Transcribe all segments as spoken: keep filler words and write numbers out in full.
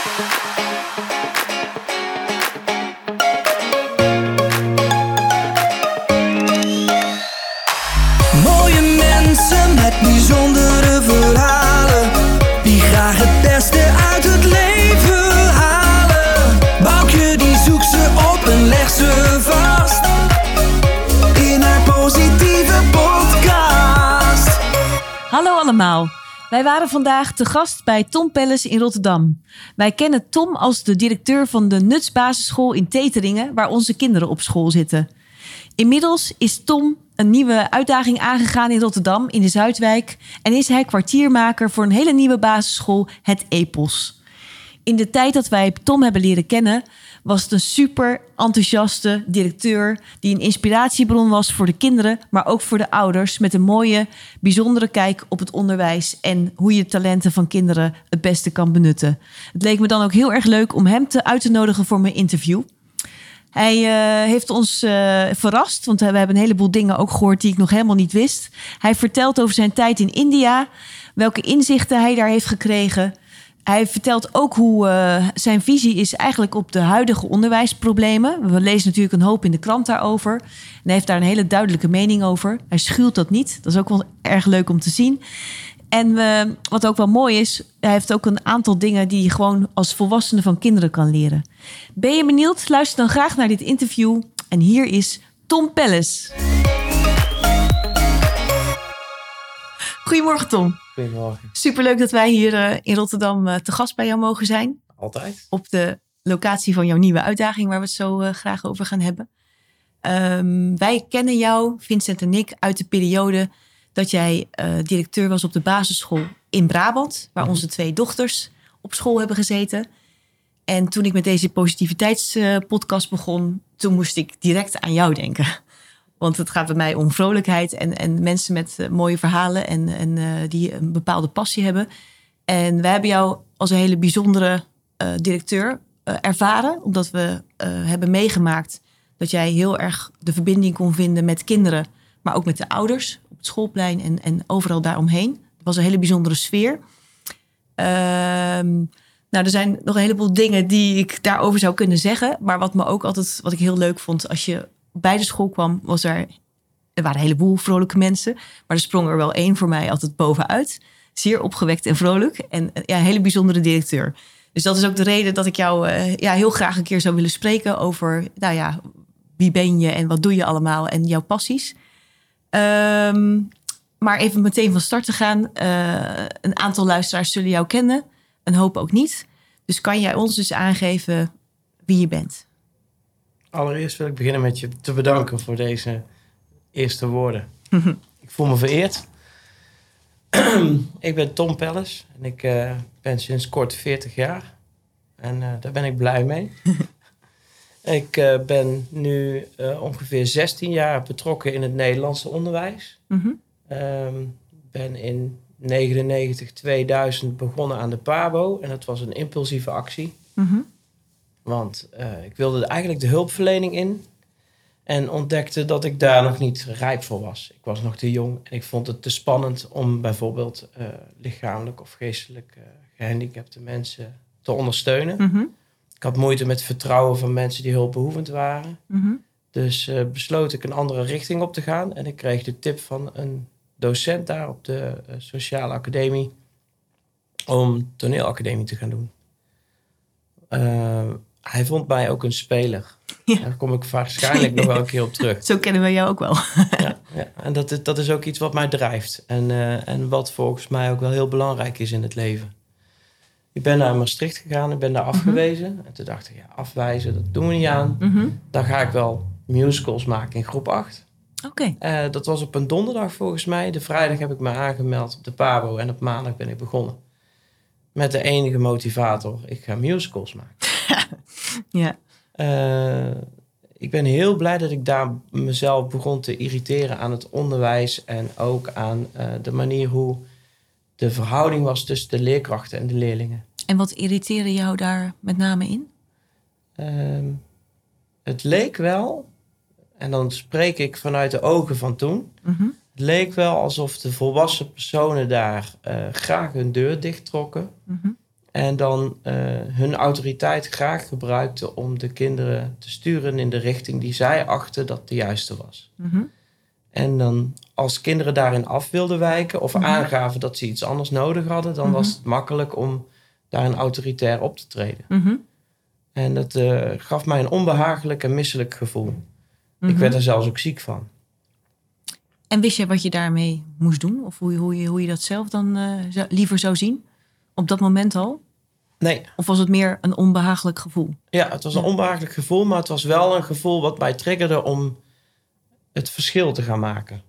Mooie mensen met bijzondere verhalen, die graag het beste uit het leven halen. Boukje die zoekt ze op en legt ze vast in haar positieve podcast. Hallo allemaal. Wij waren vandaag te gast bij Tom Pelles in Rotterdam. Wij kennen Tom als de directeur van de Nuts Basisschool in Teteringen, waar onze kinderen op school zitten. Inmiddels is Tom een nieuwe uitdaging aangegaan in Rotterdam, in de Zuidwijk. En is hij kwartiermaker voor een hele nieuwe basisschool, het Epos. In de tijd dat wij Tom hebben leren kennen, was het een super enthousiaste directeur die een inspiratiebron was voor de kinderen, maar ook voor de ouders, met een mooie, bijzondere kijk op het onderwijs en hoe je de talenten van kinderen het beste kan benutten. Het leek me dan ook heel erg leuk om hem te uit te nodigen voor mijn interview. Hij uh, heeft ons uh, verrast, want we hebben een heleboel dingen ook gehoord die ik nog helemaal niet wist. Hij vertelt over zijn tijd in India, welke inzichten hij daar heeft gekregen. Hij vertelt ook hoe uh, zijn visie is eigenlijk op de huidige onderwijsproblemen. We lezen natuurlijk een hoop in de krant daarover. En hij heeft daar een hele duidelijke mening over. Hij schuwt dat niet. Dat is ook wel erg leuk om te zien. En uh, wat ook wel mooi is, hij heeft ook een aantal dingen die je gewoon als volwassene van kinderen kan leren. Ben je benieuwd? Luister dan graag naar dit interview. En hier is Tom Pelles. Goedemorgen, Tom. Goedemorgen. Superleuk dat wij hier uh, in Rotterdam uh, te gast bij jou mogen zijn. Altijd. Op de locatie van jouw nieuwe uitdaging, waar we het zo uh, graag over gaan hebben. Um, wij kennen jou, Vincent en ik, uit de periode dat jij uh, directeur was op de basisschool in Brabant, waar onze twee dochters op school hebben gezeten. En toen ik met deze positiviteitspodcast uh, begon, toen moest ik direct aan jou denken. Want het gaat bij mij om vrolijkheid en, en mensen met uh, mooie verhalen en, en uh, die een bepaalde passie hebben. En wij hebben jou als een hele bijzondere uh, directeur uh, ervaren, omdat we uh, hebben meegemaakt dat jij heel erg de verbinding kon vinden met kinderen, maar ook met de ouders op het schoolplein en, en overal daaromheen. Het was een hele bijzondere sfeer. Um, nou, er zijn nog een heleboel dingen die ik daarover zou kunnen zeggen. Maar wat me ook altijd, wat ik heel leuk vond, als je bij de school kwam, was er, er waren een heleboel vrolijke mensen, maar er sprong er wel één voor mij altijd bovenuit. Zeer opgewekt en vrolijk en ja, een hele bijzondere directeur. Dus dat is ook de reden dat ik jou uh, ja, heel graag een keer zou willen spreken over, nou ja, wie ben je en wat doe je allemaal en jouw passies. Um, maar even meteen van start te gaan. Uh, een aantal luisteraars zullen jou kennen, een hoop ook niet. Dus kan jij ons dus aangeven wie je bent? Allereerst wil ik beginnen met je te bedanken voor deze eerste woorden. Ik voel me vereerd. Ik ben Tom Pelles en ik uh, ben sinds kort veertig jaar. En uh, daar ben ik blij mee. Ik uh, ben nu uh, ongeveer zestien jaar betrokken in het Nederlandse onderwijs. Mm-hmm. Um, ben in negenennegentig tweeduizend begonnen aan de PABO. En dat was een impulsieve actie. Mm-hmm. Want uh, ik wilde eigenlijk de hulpverlening in. En ontdekte dat ik daar nog niet rijp voor was. Ik was nog te jong en ik vond het te spannend om bijvoorbeeld uh, lichamelijk of geestelijk uh, gehandicapte mensen te ondersteunen. Mm-hmm. Ik had moeite met vertrouwen van mensen die hulpbehoevend waren. Mm-hmm. Dus uh, besloot ik een andere richting op te gaan. En ik kreeg de tip van een docent daar op de uh, sociale academie om toneelacademie te gaan doen. Uh, hij vond mij ook een speler. Ja. Daar kom ik waarschijnlijk nog wel een keer op terug. Zo kennen we jou ook wel. ja, ja, en dat, dat is ook iets wat mij drijft. En, uh, en wat volgens mij ook wel heel belangrijk is in het leven. Ik ben naar Maastricht gegaan, ik ben daar afgewezen. Mm-hmm. En toen dacht ik, ja, afwijzen, dat doen we niet aan. Mm-hmm. Dan ga ik wel musicals maken in groep acht. Oké. Okay. Uh, dat was op een donderdag volgens mij. De vrijdag heb ik me aangemeld op de PABO en op maandag ben ik begonnen. Met de enige motivator, ik ga musicals maken. Ja. Uh, ik ben heel blij dat ik daar mezelf begon te irriteren aan het onderwijs. En ook aan uh, de manier hoe de verhouding was tussen de leerkrachten en de leerlingen. En wat irriteerde jou daar met name in? Uh, het leek wel, en dan spreek ik vanuit de ogen van toen. Mm-hmm. Het leek wel alsof de volwassen personen daar uh, graag hun deur dicht trokken. Mm-hmm. En dan uh, hun autoriteit graag gebruikten om de kinderen te sturen in de richting die zij achten dat de juiste was. Mm-hmm. En dan als kinderen daarin af wilden wijken of Mm-hmm. aangaven dat ze iets anders nodig hadden, dan Mm-hmm. was het makkelijk om daarin autoritair op te treden. Mm-hmm. En dat uh, gaf mij een onbehagelijk en misselijk gevoel. Mm-hmm. Ik werd er zelfs ook ziek van. En wist je wat je daarmee moest doen? Of hoe je, hoe je, hoe je dat zelf dan uh, zou, liever zou zien? Op dat moment al? Nee. Of was het meer een onbehagelijk gevoel? Ja, het was een onbehagelijk gevoel, maar het was wel een gevoel wat mij triggerde om het verschil te gaan maken.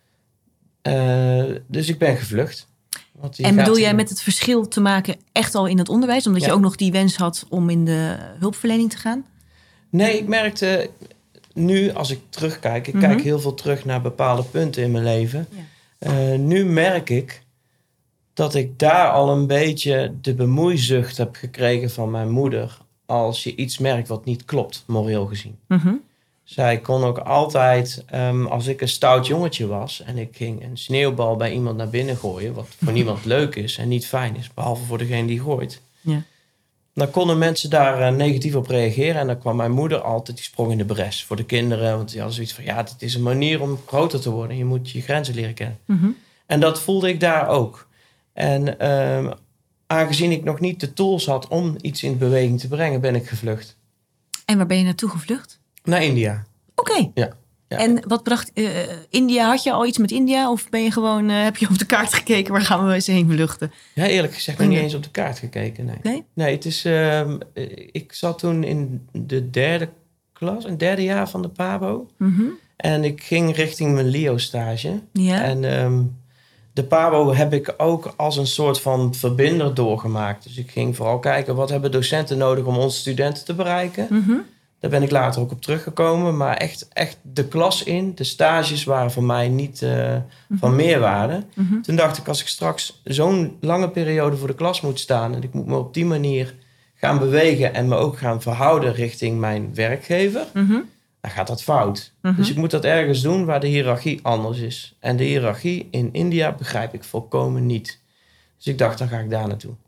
Uh, dus ik ben gevlucht. Want en bedoel jij met het verschil te maken echt al in het onderwijs? Omdat ja. je ook nog die wens had om in de hulpverlening te gaan? Nee, ik merkte nu als ik terugkijk... Ik mm-hmm. kijk heel veel terug naar bepaalde punten in mijn leven. Ja. Uh, nu merk ik dat ik daar al een beetje de bemoeizucht heb gekregen van mijn moeder. Als je iets merkt wat niet klopt, moreel gezien. Mm-hmm. Zij kon ook altijd, um, als ik een stout jongetje was... en ik ging een sneeuwbal bij iemand naar binnen gooien... wat voor niemand leuk is en niet fijn is... behalve voor degene die gooit... Ja. dan konden mensen daar uh, negatief op reageren... en dan kwam mijn moeder altijd, die sprong in de bres voor de kinderen... want die hadden zoiets van, ja, dit is een manier om groter te worden... je moet je grenzen leren kennen. Mm-hmm. En dat voelde ik daar ook. En um, aangezien ik nog niet de tools had om iets in beweging te brengen... ben ik gevlucht. En waar ben je naartoe gevlucht? Naar India. Oké. Okay. Ja, ja. En wat bracht uh, India? Had je al iets met India? Of ben je gewoon, uh, heb je op de kaart gekeken? Waar gaan we eens heen vluchten? Ja, eerlijk gezegd nog niet eens op de kaart gekeken. Nee, nee? nee het is... Uh, ik zat toen in de derde klas, een derde jaar van de Pabo. Mm-hmm. En ik ging richting mijn L I O-stage. Ja. En um, de Pabo heb ik ook als een soort van verbinder doorgemaakt. Dus ik ging vooral kijken, wat hebben docenten nodig om onze studenten te bereiken? Mm-hmm. Daar ben ik later ook op teruggekomen. Maar echt, echt de klas in, de stages waren voor mij niet uh, mm-hmm. van meerwaarde. Mm-hmm. Toen dacht ik, als ik straks zo'n lange periode voor de klas moet staan... en ik moet me op die manier gaan bewegen... en me ook gaan verhouden richting mijn werkgever... Mm-hmm. dan gaat dat fout. Mm-hmm. Dus ik moet dat ergens doen waar de hiërarchie anders is. En de hiërarchie in India begrijp ik volkomen niet. Dus ik dacht, dan ga ik daar naartoe.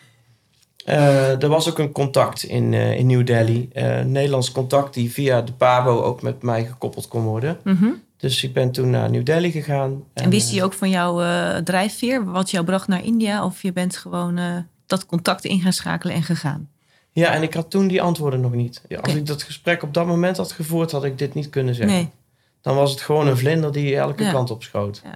Uh, er was ook een contact in, uh, in New Delhi. Uh, een Nederlands contact die via de Pabo ook met mij gekoppeld kon worden. Mm-hmm. Dus ik ben toen naar New Delhi gegaan. En, en wist hij ook van jouw uh, drijfveer, wat jou bracht naar India? Of je bent gewoon uh, dat contact in gaan schakelen en gegaan? Ja, en ik had toen die antwoorden nog niet. Ja, als okay. ik dat gesprek op dat moment had gevoerd, had ik dit niet kunnen zeggen. Nee. Dan was het gewoon een vlinder die elke ja. kant op schoot. Ja.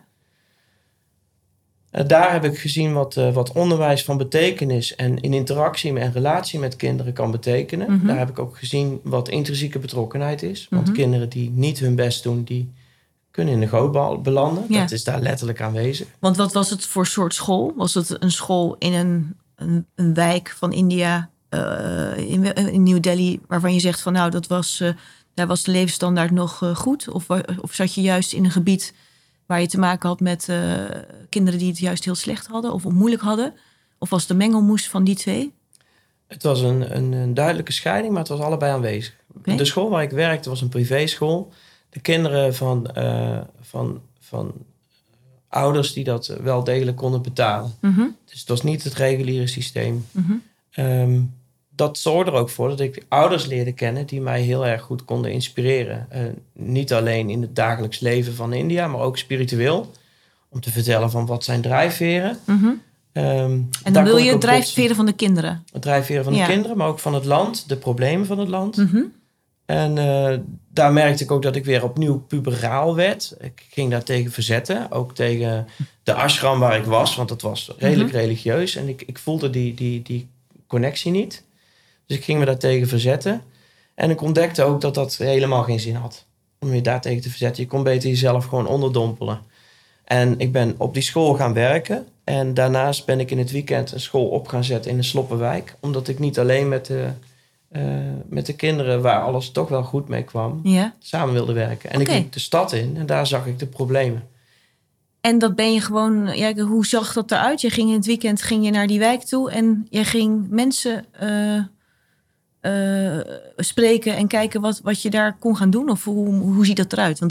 Daar heb ik gezien wat, uh, wat onderwijs van betekenis en in interactie en relatie met kinderen kan betekenen. Mm-hmm. Daar heb ik ook gezien wat intrinsieke betrokkenheid is. Want Mm-hmm. kinderen die niet hun best doen, die kunnen in de goot belanden. Ja. Dat is daar letterlijk aanwezig. Want wat was het voor soort school? Was het een school in een, een, een wijk van India, uh, in, in New Delhi, waarvan je zegt van nou, dat was, uh, daar was de levensstandaard nog uh, goed? Of, of zat je juist in een gebied waar je te maken had met uh, kinderen die het juist heel slecht hadden of moeilijk hadden? Of was het een mengelmoes van die twee? Het was een, een, een duidelijke scheiding, maar het was allebei aanwezig. Okay. De school waar ik werkte was een privéschool. De kinderen van, uh, van, van ouders die dat wel degelijk konden betalen. Mm-hmm. Dus het was niet het reguliere systeem. Mm-hmm. Um, dat zorgde er ook voor dat ik ouders leerde kennen die mij heel erg goed konden inspireren. Uh, niet alleen in het dagelijks leven van India, maar ook spiritueel. Om te vertellen van wat zijn drijfveren. Mm-hmm. Um, en dan wil je het drijfveren van de kinderen? Het drijfveren van ja. de kinderen, maar ook van het land. De problemen van het land. Mm-hmm. En uh, daar merkte ik ook dat ik weer opnieuw puberaal werd. Ik ging daar tegen verzetten. Ook tegen de ashram waar ik was. Want dat was redelijk mm-hmm. religieus. En ik, ik voelde die, die, die connectie niet. Dus ik ging me daartegen verzetten. En ik ontdekte ook dat dat helemaal geen zin had. Om je daartegen te verzetten. Je kon beter jezelf gewoon onderdompelen. En ik ben op die school gaan werken. En daarnaast ben ik in het weekend een school op gaan zetten in een sloppenwijk. Omdat ik niet alleen met de... Uh, met de kinderen waar alles toch wel goed mee kwam, ja. samen wilde werken. En okay. ik liep de stad in en daar zag ik de problemen. En dat ben je gewoon, ja, hoe zag dat eruit? Je ging in het weekend ging je naar die wijk toe en je ging mensen uh, uh, spreken en kijken wat, wat je daar kon gaan doen? Of hoe, hoe ziet dat eruit? Want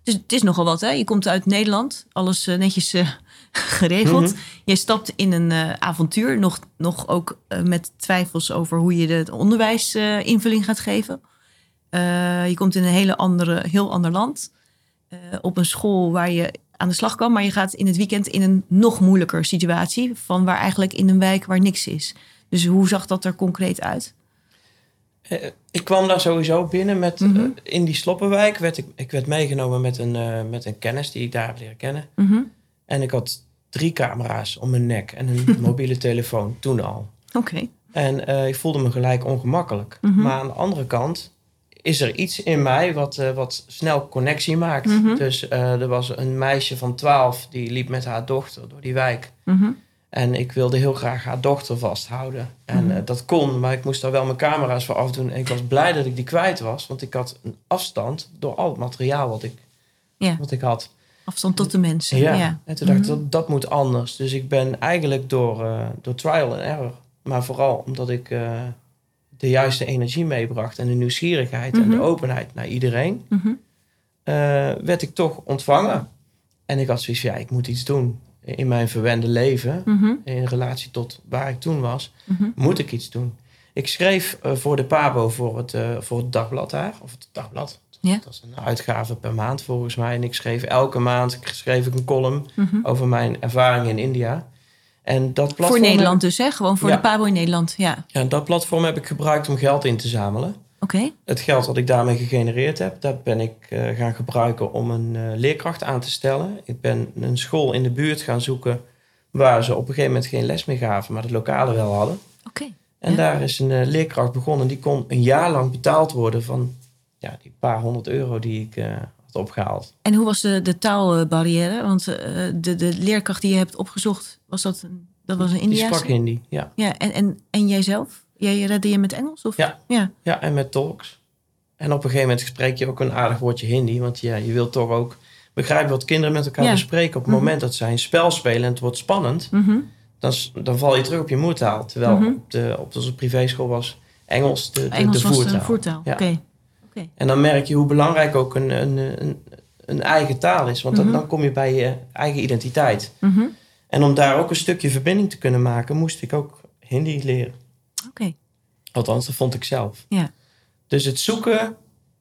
Dus het is nogal wat, hè? Je komt uit Nederland, alles uh, netjes uh, geregeld. Mm-hmm. Je stapt in een uh, avontuur, nog, nog ook uh, met twijfels over hoe je de onderwijs uh, invulling gaat geven. Uh, je komt in een hele andere, heel ander land. Uh, op een school waar je aan de slag kan, maar je gaat in het weekend in een nog moeilijker situatie. Van waar eigenlijk in een wijk waar niks is. Dus hoe zag dat er concreet uit? Uh, ik kwam daar sowieso binnen met mm-hmm. uh, in die sloppenwijk. Werd ik, ik werd meegenomen met een, uh, met een kennis die ik daar heb leren kennen. Mm-hmm. En ik had drie camera's om mijn nek en een mobiele telefoon toen al. Oké. Okay. En uh, ik voelde me gelijk ongemakkelijk. Mm-hmm. Maar aan de andere kant is er iets in mij wat, uh, wat snel connectie maakt. Mm-hmm. Dus uh, er was een meisje van twaalf die liep met haar dochter door die wijk. Mm-hmm. En ik wilde heel graag haar dochter vasthouden. En mm-hmm. uh, dat kon, maar ik moest daar wel mijn camera's voor afdoen. En ik was blij dat ik die kwijt was. Want ik had een afstand door al het materiaal wat ik, ja. wat ik had. Afstand tot de mensen. Ja, ja. En toen dacht ik, dat, dat moet anders. Dus ik ben eigenlijk door, uh, door trial and error. Maar vooral omdat ik uh, de juiste energie meebracht. En de nieuwsgierigheid mm-hmm. en de openheid naar iedereen. Mm-hmm. Uh, werd ik toch ontvangen. En ik had zoiets van, ja, ik moet iets doen. In mijn verwende leven, mm-hmm. in relatie tot waar ik toen was, mm-hmm. moet ik iets doen. Ik schreef uh, voor de Pabo voor het, uh, voor het dagblad daar. Of het dagblad. Yeah. Dat is een uitgave per maand volgens mij. En ik schreef elke maand schreef ik een column mm-hmm. over mijn ervaring in India. En dat platform voor Nederland dus, hè? Gewoon voor ja. de Pabo in Nederland. Ja. ja, en dat platform heb ik gebruikt om geld in te zamelen. Okay. Het geld wat ik daarmee gegenereerd heb, dat ben ik uh, gaan gebruiken om een uh, leerkracht aan te stellen. Ik ben een school in de buurt gaan zoeken waar ze op een gegeven moment geen les meer gaven, maar de lokale wel hadden. Okay. En ja. daar is een uh, leerkracht begonnen. Die kon een jaar lang betaald worden van ja, die paar honderd euro die ik uh, had opgehaald. En hoe was de, de taalbarrière? Want uh, de, de leerkracht die je hebt opgezocht, was dat een, dat was een Indiaanse? Die sprak Hindi, ja. ja en, en, en jijzelf? Jij redde je met Engels? Of? Ja. Ja. ja, en met tolks. En op een gegeven moment spreek je ook een aardig woordje Hindi. Want ja, je wilt toch ook begrijpen wat kinderen met elkaar ja. bespreken. Op het mm-hmm. moment dat zij een spel spelen en het wordt spannend, mm-hmm. dan, dan val je terug op je moertaal. Terwijl mm-hmm. op, de, op onze privéschool was Engels de, de, Engels de voertaal. Was de voertaal. Ja. Okay. Okay. En dan merk je hoe belangrijk ook een, een, een, een eigen taal is. Want mm-hmm. dan, dan kom je bij je eigen identiteit. Mm-hmm. En om daar ook een stukje verbinding te kunnen maken, moest ik ook Hindi leren. Oké. Okay. Althans, dat vond ik zelf. Ja. Dus het zoeken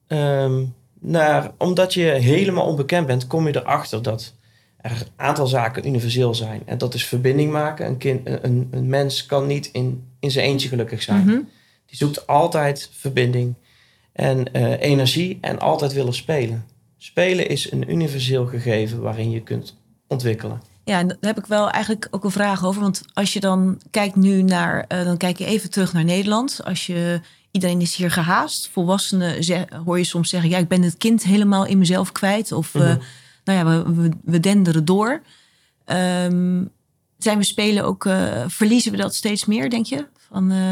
um, naar... Omdat je helemaal onbekend bent, kom je erachter dat er een aantal zaken universeel zijn. En dat is verbinding maken. Een, kind, een, een mens kan niet in, in zijn eentje gelukkig zijn. Mm-hmm. Die zoekt altijd verbinding en uh, energie en altijd willen spelen. Spelen is een universeel gegeven waarin je kunt ontwikkelen. Ja, en daar heb ik wel eigenlijk ook een vraag over. Want als je dan kijkt nu naar... Uh, dan kijk je even terug naar Nederland. Als je... Iedereen is hier gehaast. Volwassenen zeg, hoor je soms zeggen... ja, ik ben het kind helemaal in mezelf kwijt. Of mm-hmm. uh, nou ja, we, we, we denderen door. Um, zijn we spelen ook... Uh, verliezen we dat steeds meer, denk je? Van, uh...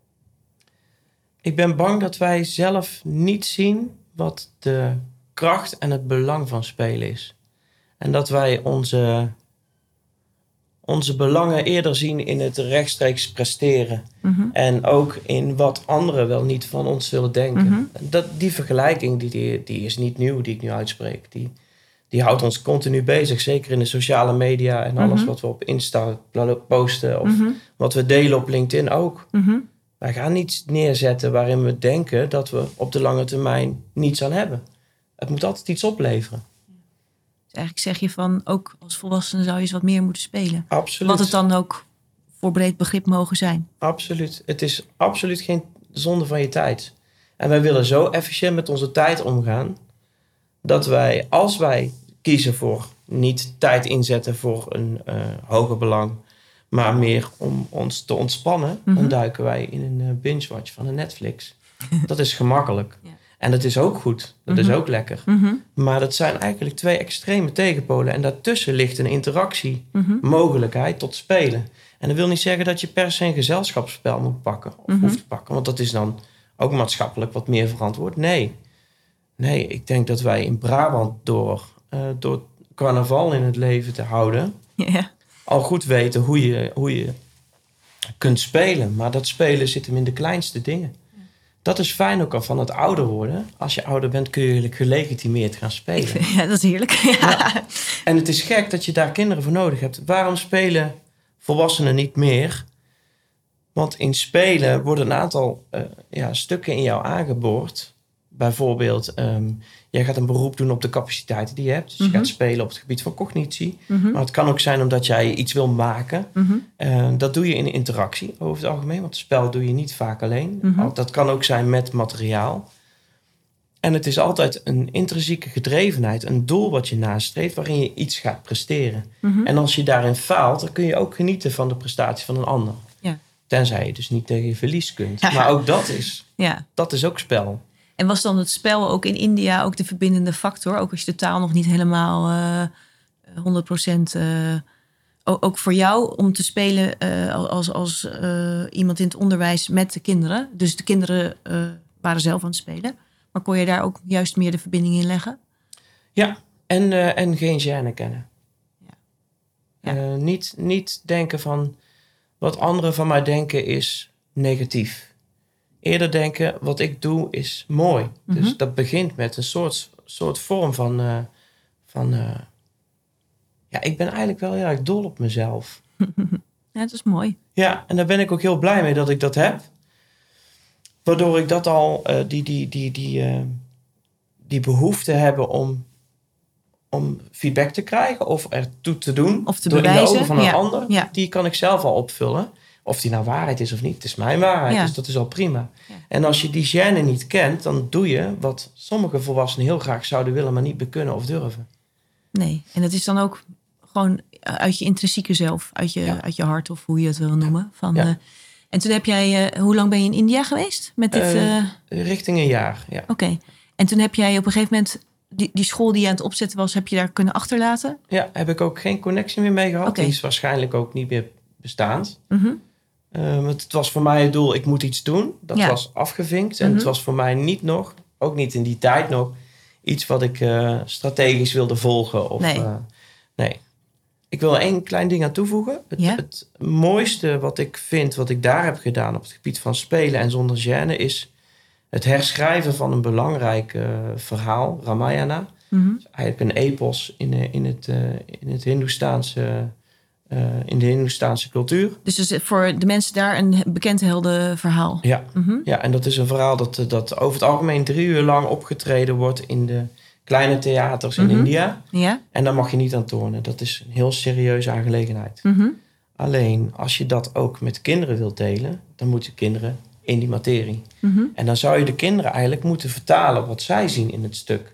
Ik ben bang dat wij zelf niet zien... wat de kracht en het belang van spelen is. En dat wij onze... onze belangen eerder zien in het rechtstreeks presteren. Mm-hmm. En ook in wat anderen wel niet van ons zullen denken. Mm-hmm. Dat, die vergelijking die, die, die is niet nieuw, die ik nu uitspreek. Die, die houdt ons continu bezig. Zeker in de sociale media en alles mm-hmm. wat we op Insta posten. Of mm-hmm. wat we delen op LinkedIn ook. Mm-hmm. Wij gaan niets neerzetten waarin we denken dat we op de lange termijn niets aan hebben. Het moet altijd iets opleveren. Eigenlijk zeg je van, ook als volwassene zou je eens wat meer moeten spelen. Absoluut. Wat het dan ook voor breed begrip mogen zijn. Absoluut. Het is absoluut geen zonde van je tijd. En wij willen zo efficiënt met onze tijd omgaan... dat wij, als wij kiezen voor niet tijd inzetten voor een uh, hoger belang... maar meer om ons te ontspannen... Mm-hmm. dan duiken wij in een uh, binge-watch van een Netflix. Dat is gemakkelijk. Ja. En dat is ook goed. Dat mm-hmm. is ook lekker. Mm-hmm. Maar dat zijn eigenlijk twee extreme tegenpolen. En daartussen ligt een interactiemogelijkheid mm-hmm. tot spelen. En dat wil niet zeggen dat je per se een gezelschapsspel moet pakken. Of mm-hmm. hoeft te pakken. Want dat is dan ook maatschappelijk wat meer verantwoord. Nee. Nee, ik denk dat wij in Brabant door, uh, door carnaval in het leven te houden... Yeah. al goed weten hoe je, hoe je kunt spelen. Maar dat spelen zit hem in de kleinste dingen. dat is fijn ook al van het ouder worden. Als je ouder bent kun je gelegitimeerd gaan spelen. Vind, ja, dat is heerlijk. Ja. Ja. En het is gek dat je daar kinderen voor nodig hebt. Waarom spelen volwassenen niet meer? Want in spelen worden een aantal uh, ja, stukken in jou aangeboord. Bijvoorbeeld, um, jij gaat een beroep doen op de capaciteiten die je hebt. Dus mm-hmm. je gaat spelen op het gebied van cognitie. Mm-hmm. Maar het kan ook zijn omdat jij iets wil maken. Mm-hmm. Uh, dat doe je in interactie over het algemeen. Want het spel doe je niet vaak alleen. Mm-hmm. Dat kan ook zijn met materiaal. En het is altijd een intrinsieke gedrevenheid. Een doel wat je nastreeft waarin je iets gaat presteren. Mm-hmm. En als je daarin faalt, dan kun je ook genieten van de prestatie van een ander. Ja. Tenzij je dus niet tegen je verlies kunt. Ja. Maar ook dat is, ja. dat is ook spel. En was dan het spel ook in India ook de verbindende factor? Ook als je de taal nog niet helemaal uh, honderd procent... Uh, ook voor jou om te spelen uh, als, als uh, iemand in het onderwijs met de kinderen. Dus de kinderen uh, waren zelf aan het spelen. Maar kon je daar ook juist meer de verbinding in leggen? Ja, en, uh, en geen gêne kennen. Ja. Ja. Uh, niet, niet denken van wat anderen van mij denken is negatief. Eerder denken, wat ik doe is mooi. Mm-hmm. Dus dat begint met een soort, soort vorm van... Uh, van uh, ja, ik ben eigenlijk wel heel erg dol op mezelf. Ja, dat is mooi. Ja, en daar ben ik ook heel blij mee dat ik dat heb. Waardoor ik dat al, uh, die, die, die, die, uh, die behoefte hebben om, om feedback te krijgen... of ertoe te doen, of te door bewijzen. In de ogen van een ja. ander... Ja. die kan ik zelf al opvullen. Of die nou waarheid is of niet. Het is mijn waarheid, ja. Dus dat is al prima. Ja. En als je die gêne niet kent, dan doe je wat sommige volwassenen heel graag zouden willen... maar niet kunnen of durven. Nee, en dat is dan ook gewoon uit je intrinsieke zelf. Uit je, ja. uit je hart of hoe je het wil noemen. Van, ja. uh, en toen heb jij, uh, hoe lang ben je in India geweest? Met dit, uh... Uh, richting een jaar, ja. Oké. Okay. En toen heb jij op een gegeven moment... Die, die school die je aan het opzetten was, heb je daar kunnen achterlaten? Ja, heb ik ook geen connectie meer mee gehad. Okay. Die is waarschijnlijk ook niet meer bestaand. Mm-hmm. Uh, want het was voor mij het doel, ik moet iets doen. Dat ja. was afgevinkt. En mm-hmm. het was voor mij niet nog, ook niet in die tijd nog... iets wat ik uh, strategisch wilde volgen. Of, nee. Uh, nee. Ik wil één klein ding aan toevoegen. Het, ja? het mooiste wat ik vind, wat ik daar heb gedaan... op het gebied van spelen en zonder gêne... is het herschrijven van een belangrijk uh, verhaal, Ramayana. Mm-hmm. Eigenlijk een epos in, uh, in het, uh, in het Hindoestaanse... Uh, in de Hindoestaanse cultuur. Dus het is voor de mensen daar een bekend heldenverhaal. Ja, mm-hmm. ja, en dat is een verhaal dat, dat over het algemeen drie uur lang opgetreden wordt... in de kleine theaters in mm-hmm. India. Ja. En daar mag je niet aan tornen. Dat is een heel serieuze aangelegenheid. Mm-hmm. Alleen, als je dat ook met kinderen wilt delen... dan moeten kinderen in die materie. Mm-hmm. En dan zou je de kinderen eigenlijk moeten vertalen... wat zij zien in het stuk.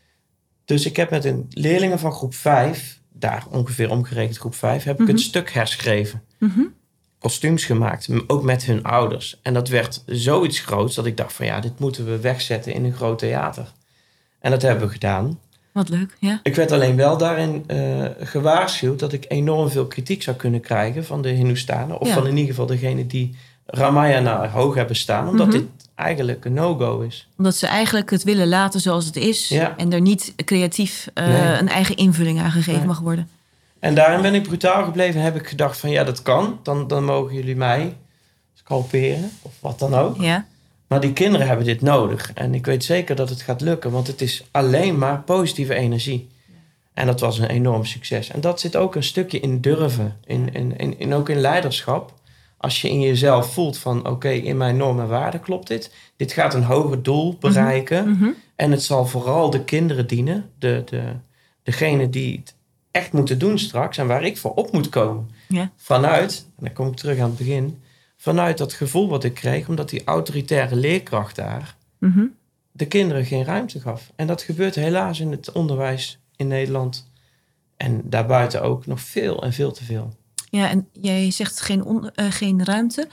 Dus ik heb met een leerlingen van groep vijf... daar ongeveer omgerekend groep vijf... heb mm-hmm. ik het stuk herschreven. Mm-hmm. Kostuums gemaakt, ook met hun ouders. En dat werd zoiets groots dat ik dacht van... ja, dit moeten we wegzetten in een groot theater. En dat hebben we gedaan. Wat leuk, ja. Ik werd alleen wel daarin uh, gewaarschuwd... dat ik enorm veel kritiek zou kunnen krijgen van de Hindoestanen... of ja. van in ieder geval degene die Ramayana hoog hebben staan... omdat mm-hmm. dit eigenlijk een no-go is. Omdat ze eigenlijk het willen laten zoals het is... Ja. en er niet creatief uh, nee. een eigen invulling aan gegeven nee. mag worden. En daarin ben ik brutaal gebleven en heb ik gedacht van... ja, dat kan, dan, dan mogen jullie mij scalperen of wat dan ook. Ja. Maar die kinderen hebben dit nodig. En ik weet zeker dat het gaat lukken, want het is alleen maar positieve energie. En dat was een enorm succes. En dat zit ook een stukje in durven, in, in, in, in ook in leiderschap... Als je in jezelf voelt van... oké, okay, in mijn normen en waarden klopt dit. Dit gaat een hoger doel bereiken. Mm-hmm. En het zal vooral de kinderen dienen. De, de, degene die het echt moeten doen straks... en waar ik voor op moet komen. Yeah. Vanuit, en dan kom ik terug aan het begin... vanuit dat gevoel wat ik kreeg... omdat die autoritaire leerkracht daar... Mm-hmm. de kinderen geen ruimte gaf. En dat gebeurt helaas in het onderwijs in Nederland... en daarbuiten ook nog veel en veel te veel. Ja, en jij zegt geen, on, uh, geen ruimte.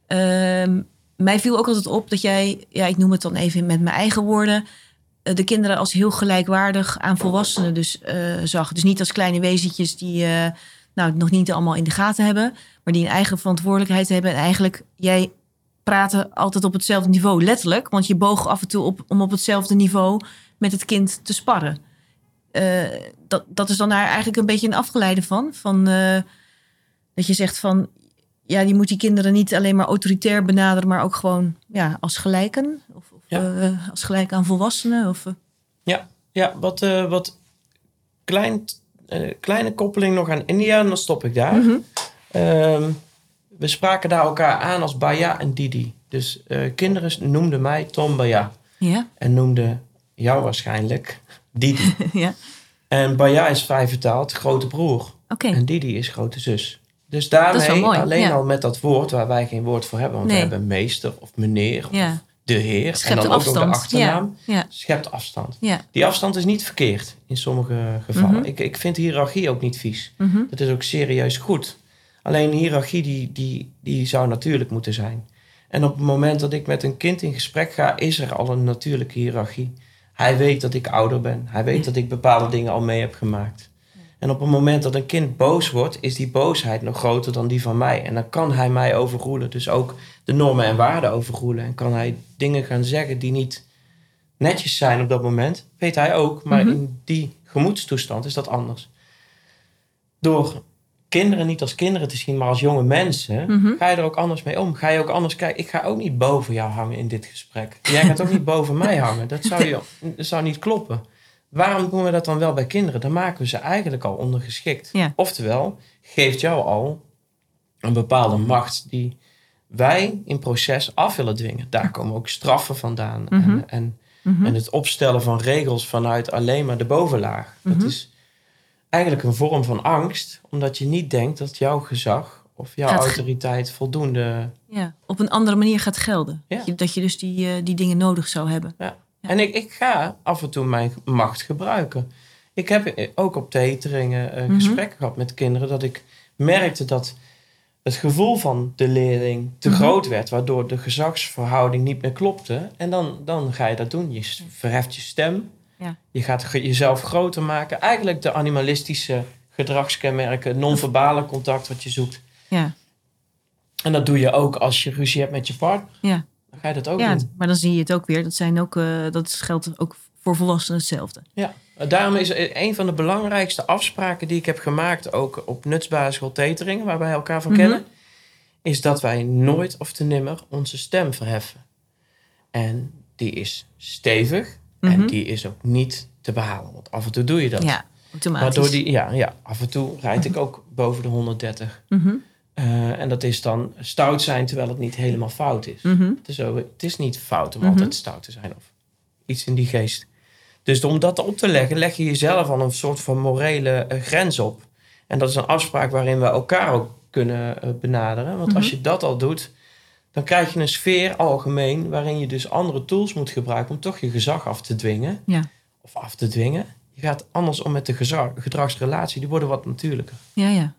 Uh, mij viel ook altijd op dat jij, ja, ik noem het dan even met mijn eigen woorden... Uh, de kinderen als heel gelijkwaardig aan volwassenen dus uh, zag. Dus niet als kleine wezentjes die uh, nou, nog niet allemaal in de gaten hebben... maar die een eigen verantwoordelijkheid hebben. En eigenlijk, jij praatte altijd op hetzelfde niveau, letterlijk. Want je boog af en toe op om op hetzelfde niveau met het kind te sparren. Uh, dat, dat is dan daar eigenlijk een beetje een afgeleide van... van uh, dat je zegt van, ja, je moet die kinderen niet alleen maar autoritair benaderen... maar ook gewoon ja, als gelijken. Ja. uh, als gelijk aan volwassenen? Of, uh... Ja, ja wat, uh, wat klein, uh, kleine koppeling nog aan India, dan stop ik daar. Mm-hmm. Uh, we spraken daar elkaar aan als Baya en Didi. Dus uh, kinderen noemden mij Tom Baya. Ja. En noemden jou waarschijnlijk Didi. Ja. En Baya is vrij vertaald grote broer. Okay. En Didi is grote zus. Dus daarmee, alleen ja. al met dat woord, waar wij geen woord voor hebben. Want nee. we hebben meester of meneer ja. of de heer. Schept en dan afstand. ook nog de achternaam. Ja. Ja. Schept afstand. Ja. Die afstand is niet verkeerd in sommige gevallen. Mm-hmm. Ik, ik vind hiërarchie ook niet vies. Mm-hmm. Dat is ook serieus goed. Alleen hiërarchie die, die, die zou natuurlijk moeten zijn. En op het moment dat ik met een kind in gesprek ga, is er al een natuurlijke hiërarchie. Hij weet dat ik ouder ben. Hij weet dat ik bepaalde dingen al mee heb gemaakt. En op het moment dat een kind boos wordt, is die boosheid nog groter dan die van mij. En dan kan hij mij overroelen. Dus ook de normen en waarden overroelen. En kan hij dingen gaan zeggen die niet netjes zijn op dat moment. Weet hij ook. Maar mm-hmm. in die gemoedstoestand is dat anders. Door kinderen niet als kinderen te zien, maar als jonge mensen, mm-hmm. ga je er ook anders mee om. Ga je ook anders kijken. Ik ga ook niet boven jou hangen in dit gesprek. Jij gaat ook niet boven mij hangen. Dat zou, je, dat zou niet kloppen. Waarom doen we dat dan wel bij kinderen? Dan maken we ze eigenlijk al ondergeschikt. Ja. Oftewel, geeft jou al een bepaalde macht die wij in proces af willen dwingen. Daar komen ook straffen vandaan. Mm-hmm. En, en, mm-hmm. en het opstellen van regels vanuit alleen maar de bovenlaag. Mm-hmm. Dat is eigenlijk een vorm van angst, omdat je niet denkt dat jouw gezag of jouw gaat autoriteit voldoende... Ja, op een andere manier gaat gelden. Ja. Dat, je, dat je dus die, uh, die dingen nodig zou hebben. Ja. Ja. En ik, ik ga af en toe mijn macht gebruiken. Ik heb ook op teteringen uh, mm-hmm. gesprekken gehad met kinderen, dat ik merkte dat het gevoel van de leerling te mm-hmm. groot werd, waardoor de gezagsverhouding niet meer klopte. En dan, dan ga je dat doen. Je verheft je stem. Ja. Je gaat jezelf groter maken. Eigenlijk de animalistische gedragskenmerken, non-verbale contact wat je zoekt. Ja. En dat doe je ook als je ruzie hebt met je partner. Ja. Dan ga je dat ook ja, doen. Maar dan zie je het ook weer. Dat, zijn ook, uh, dat geldt ook voor volwassenen hetzelfde. Ja, daarom is een van de belangrijkste afspraken die ik heb gemaakt, ook op Nutsbasisschool Teteringen, waar wij elkaar van mm-hmm. kennen, is dat wij nooit of te nimmer onze stem verheffen. En die is stevig. Mm-hmm. En die is ook niet te behalen. Want af en toe doe je dat. Ja, automatisch. Waardoor die, ja, ja, af en toe rijd ik ook boven de honderddertig. Mm-hmm. Uh, en dat is dan stout zijn terwijl het niet helemaal fout is. Mm-hmm. Het, is ook, het is niet fout om mm-hmm. altijd stout te zijn. Of iets in die geest. Dus om dat op te leggen, leg je jezelf al een soort van morele uh, grens op. En dat is een afspraak waarin we elkaar ook kunnen uh, benaderen. Want mm-hmm. als je dat al doet, dan krijg je een sfeer algemeen waarin je dus andere tools moet gebruiken om toch je gezag af te dwingen. Ja. Of af te dwingen. Je gaat anders om met de gezag, gedragsrelatie. Die worden wat natuurlijker. Ja, ja.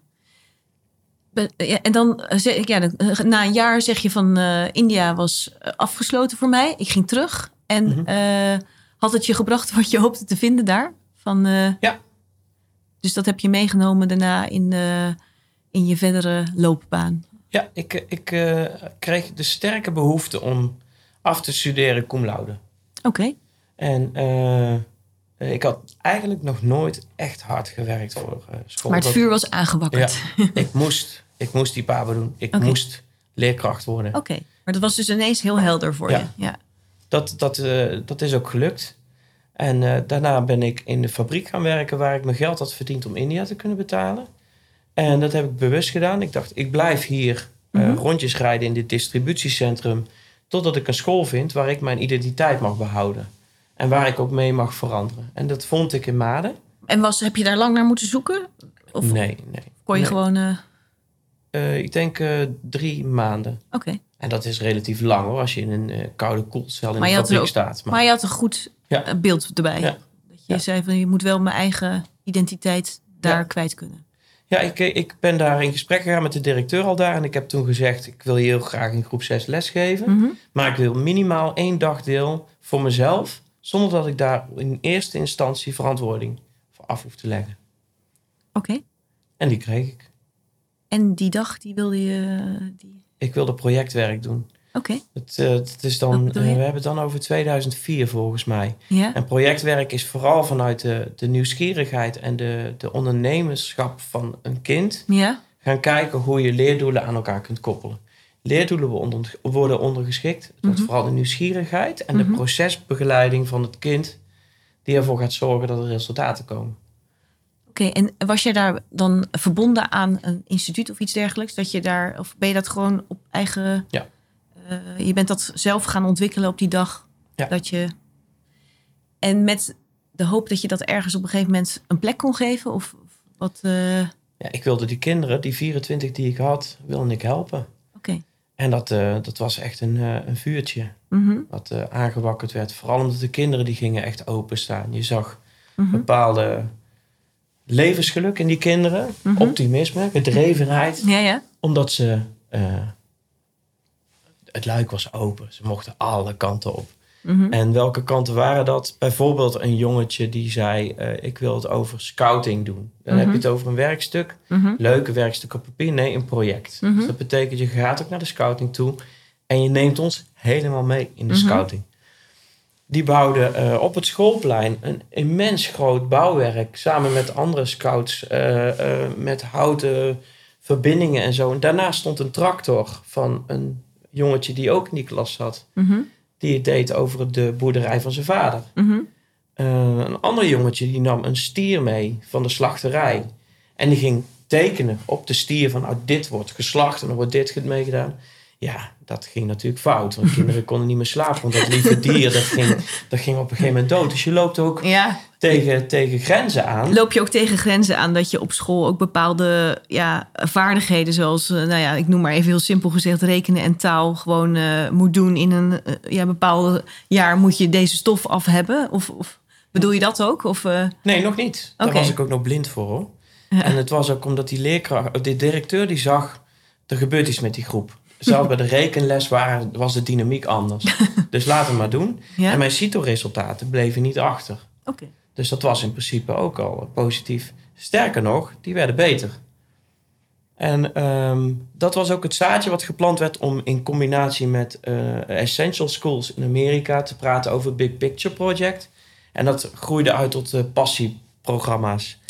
Be- ja en dan, ja, na een jaar zeg je van uh, India was afgesloten voor mij. Ik ging terug. En mm-hmm. uh, had het je gebracht wat je hoopte te vinden daar? Van, uh, ja. Dus dat heb je meegenomen daarna in, uh, in je verdere loopbaan. Ja, ik, ik uh, kreeg de sterke behoefte om af te studeren cum laude. Oké. Okay. En uh, ik had eigenlijk nog nooit echt hard gewerkt voor uh, school. Maar het vuur was aangewakkerd. Ja, ik moest, ik moest die pabo doen. Ik okay. moest leerkracht worden. Oké, okay. Maar dat was dus ineens heel helder voor ja. je. Ja. Dat, dat, uh, dat is ook gelukt. En uh, daarna ben ik in de fabriek gaan werken waar ik mijn geld had verdiend om India te kunnen betalen. En dat heb ik bewust gedaan. Ik dacht, ik blijf hier uh, mm-hmm. rondjes rijden in dit distributiecentrum, totdat ik een school vind waar ik mijn identiteit mag behouden. En waar ik ook mee mag veranderen. En dat vond ik in Maden. En was, heb je daar lang naar moeten zoeken? Of nee, nee. Kon je nee. gewoon... Uh... Uh, ik denk uh, drie maanden. Oké. Okay. En dat is relatief lang hoor, als je in een uh, koude koelcel in maar de fabriek ook, staat. Maar... maar je had een goed ja. beeld erbij. Ja. Dat je ja. zei van, je moet wel mijn eigen identiteit daar ja. kwijt kunnen. Ja, ik, ik ben daar in gesprek gegaan met de directeur al daar. En ik heb toen gezegd, ik wil je heel graag in groep zes lesgeven. Mm-hmm. Maar ik wil minimaal één dagdeel voor mezelf, zonder dat ik daar in eerste instantie verantwoording voor af hoef te leggen. Oké. Okay. En die kreeg ik. En die dag, die wilde je... Die... Ik wilde projectwerk doen. Oké. Okay. Het, uh, het is dan, uh, we hebben het dan over tweeduizend vier volgens mij. Ja. En projectwerk is vooral vanuit de, de nieuwsgierigheid en de, de ondernemerschap van een kind. Ja. Gaan kijken hoe je leerdoelen aan elkaar kunt koppelen. leerdoelen onder, worden ondergeschikt. Dat Mm-hmm. vooral de nieuwsgierigheid en Mm-hmm. de procesbegeleiding van het kind die ervoor gaat zorgen dat er resultaten komen. Oké, okay, en was je daar dan verbonden aan een instituut of iets dergelijks? Dat je daar, of ben je dat gewoon op eigen... Ja. Uh, je bent dat zelf gaan ontwikkelen op die dag? Ja. Dat je... En met de hoop dat je dat ergens op een gegeven moment een plek kon geven? Of wat... Uh... Ja, ik wilde die kinderen, die vierentwintig die ik had, wilde ik helpen. Oké. Okay. En dat, uh, dat was echt een, uh, een vuurtje Mm-hmm. wat uh, aangewakkerd werd. Vooral omdat de kinderen die gingen echt openstaan. Je zag Mm-hmm. bepaalde levensgeluk in die kinderen. Mm-hmm. Optimisme, gedrevenheid. Ja, ja. Omdat ze... Uh, het luik was open. Ze mochten alle kanten op. Mm-hmm. En welke kanten waren dat? Bijvoorbeeld een jongetje die zei... Uh, ik wil het over scouting doen. Dan mm-hmm. heb je het over een werkstuk. Mm-hmm. Leuke werkstuk op papier. Nee, een project. Mm-hmm. Dus dat betekent je gaat ook naar de scouting toe. En je neemt ons helemaal mee in de mm-hmm. scouting. Die bouwden uh, op het schoolplein een immens groot bouwwerk. Samen met andere scouts. Uh, uh, met houten verbindingen en zo. En daarnaast stond een tractor van een jongetje die ook in die klas zat. Mm-hmm. Die het deed over de boerderij van zijn vader. Mm-hmm. Uh, een ander jongetje die nam een stier mee van de slachterij. En die ging tekenen op de stier van... nou, dit wordt geslacht en dan wordt dit mee gedaan. Ja, dat ging natuurlijk fout. Want kinderen konden niet meer slapen. Want dat lieve dier, dat ging, dat ging op een gegeven moment dood. Dus je loopt ook ja. tegen, tegen grenzen aan. Loop je ook tegen grenzen aan dat je op school ook bepaalde ja, vaardigheden... zoals, nou ja, ik noem maar even heel simpel gezegd... rekenen en taal gewoon uh, moet doen in een uh, ja, bepaald jaar... moet je deze stof af hebben? Of, of bedoel je dat ook? Of, uh... Nee, nog niet. Daar okay. was ik ook nog blind voor, hoor. Ja. En het was ook omdat die leerkracht... de directeur die zag... er gebeurt iets met die groep. Zelfs bij de rekenles waren, was de dynamiek anders. Dus laat het maar doen. Ja? En mijn CITO-resultaten bleven niet achter. Okay. Dus dat was in principe ook al positief. Sterker nog, die werden beter. En um, dat was ook het zaadje wat geplant werd... om in combinatie met uh, Essential Schools in Amerika... te praten over het Big Picture Project. En dat groeide uit tot uh, passieprogramma's.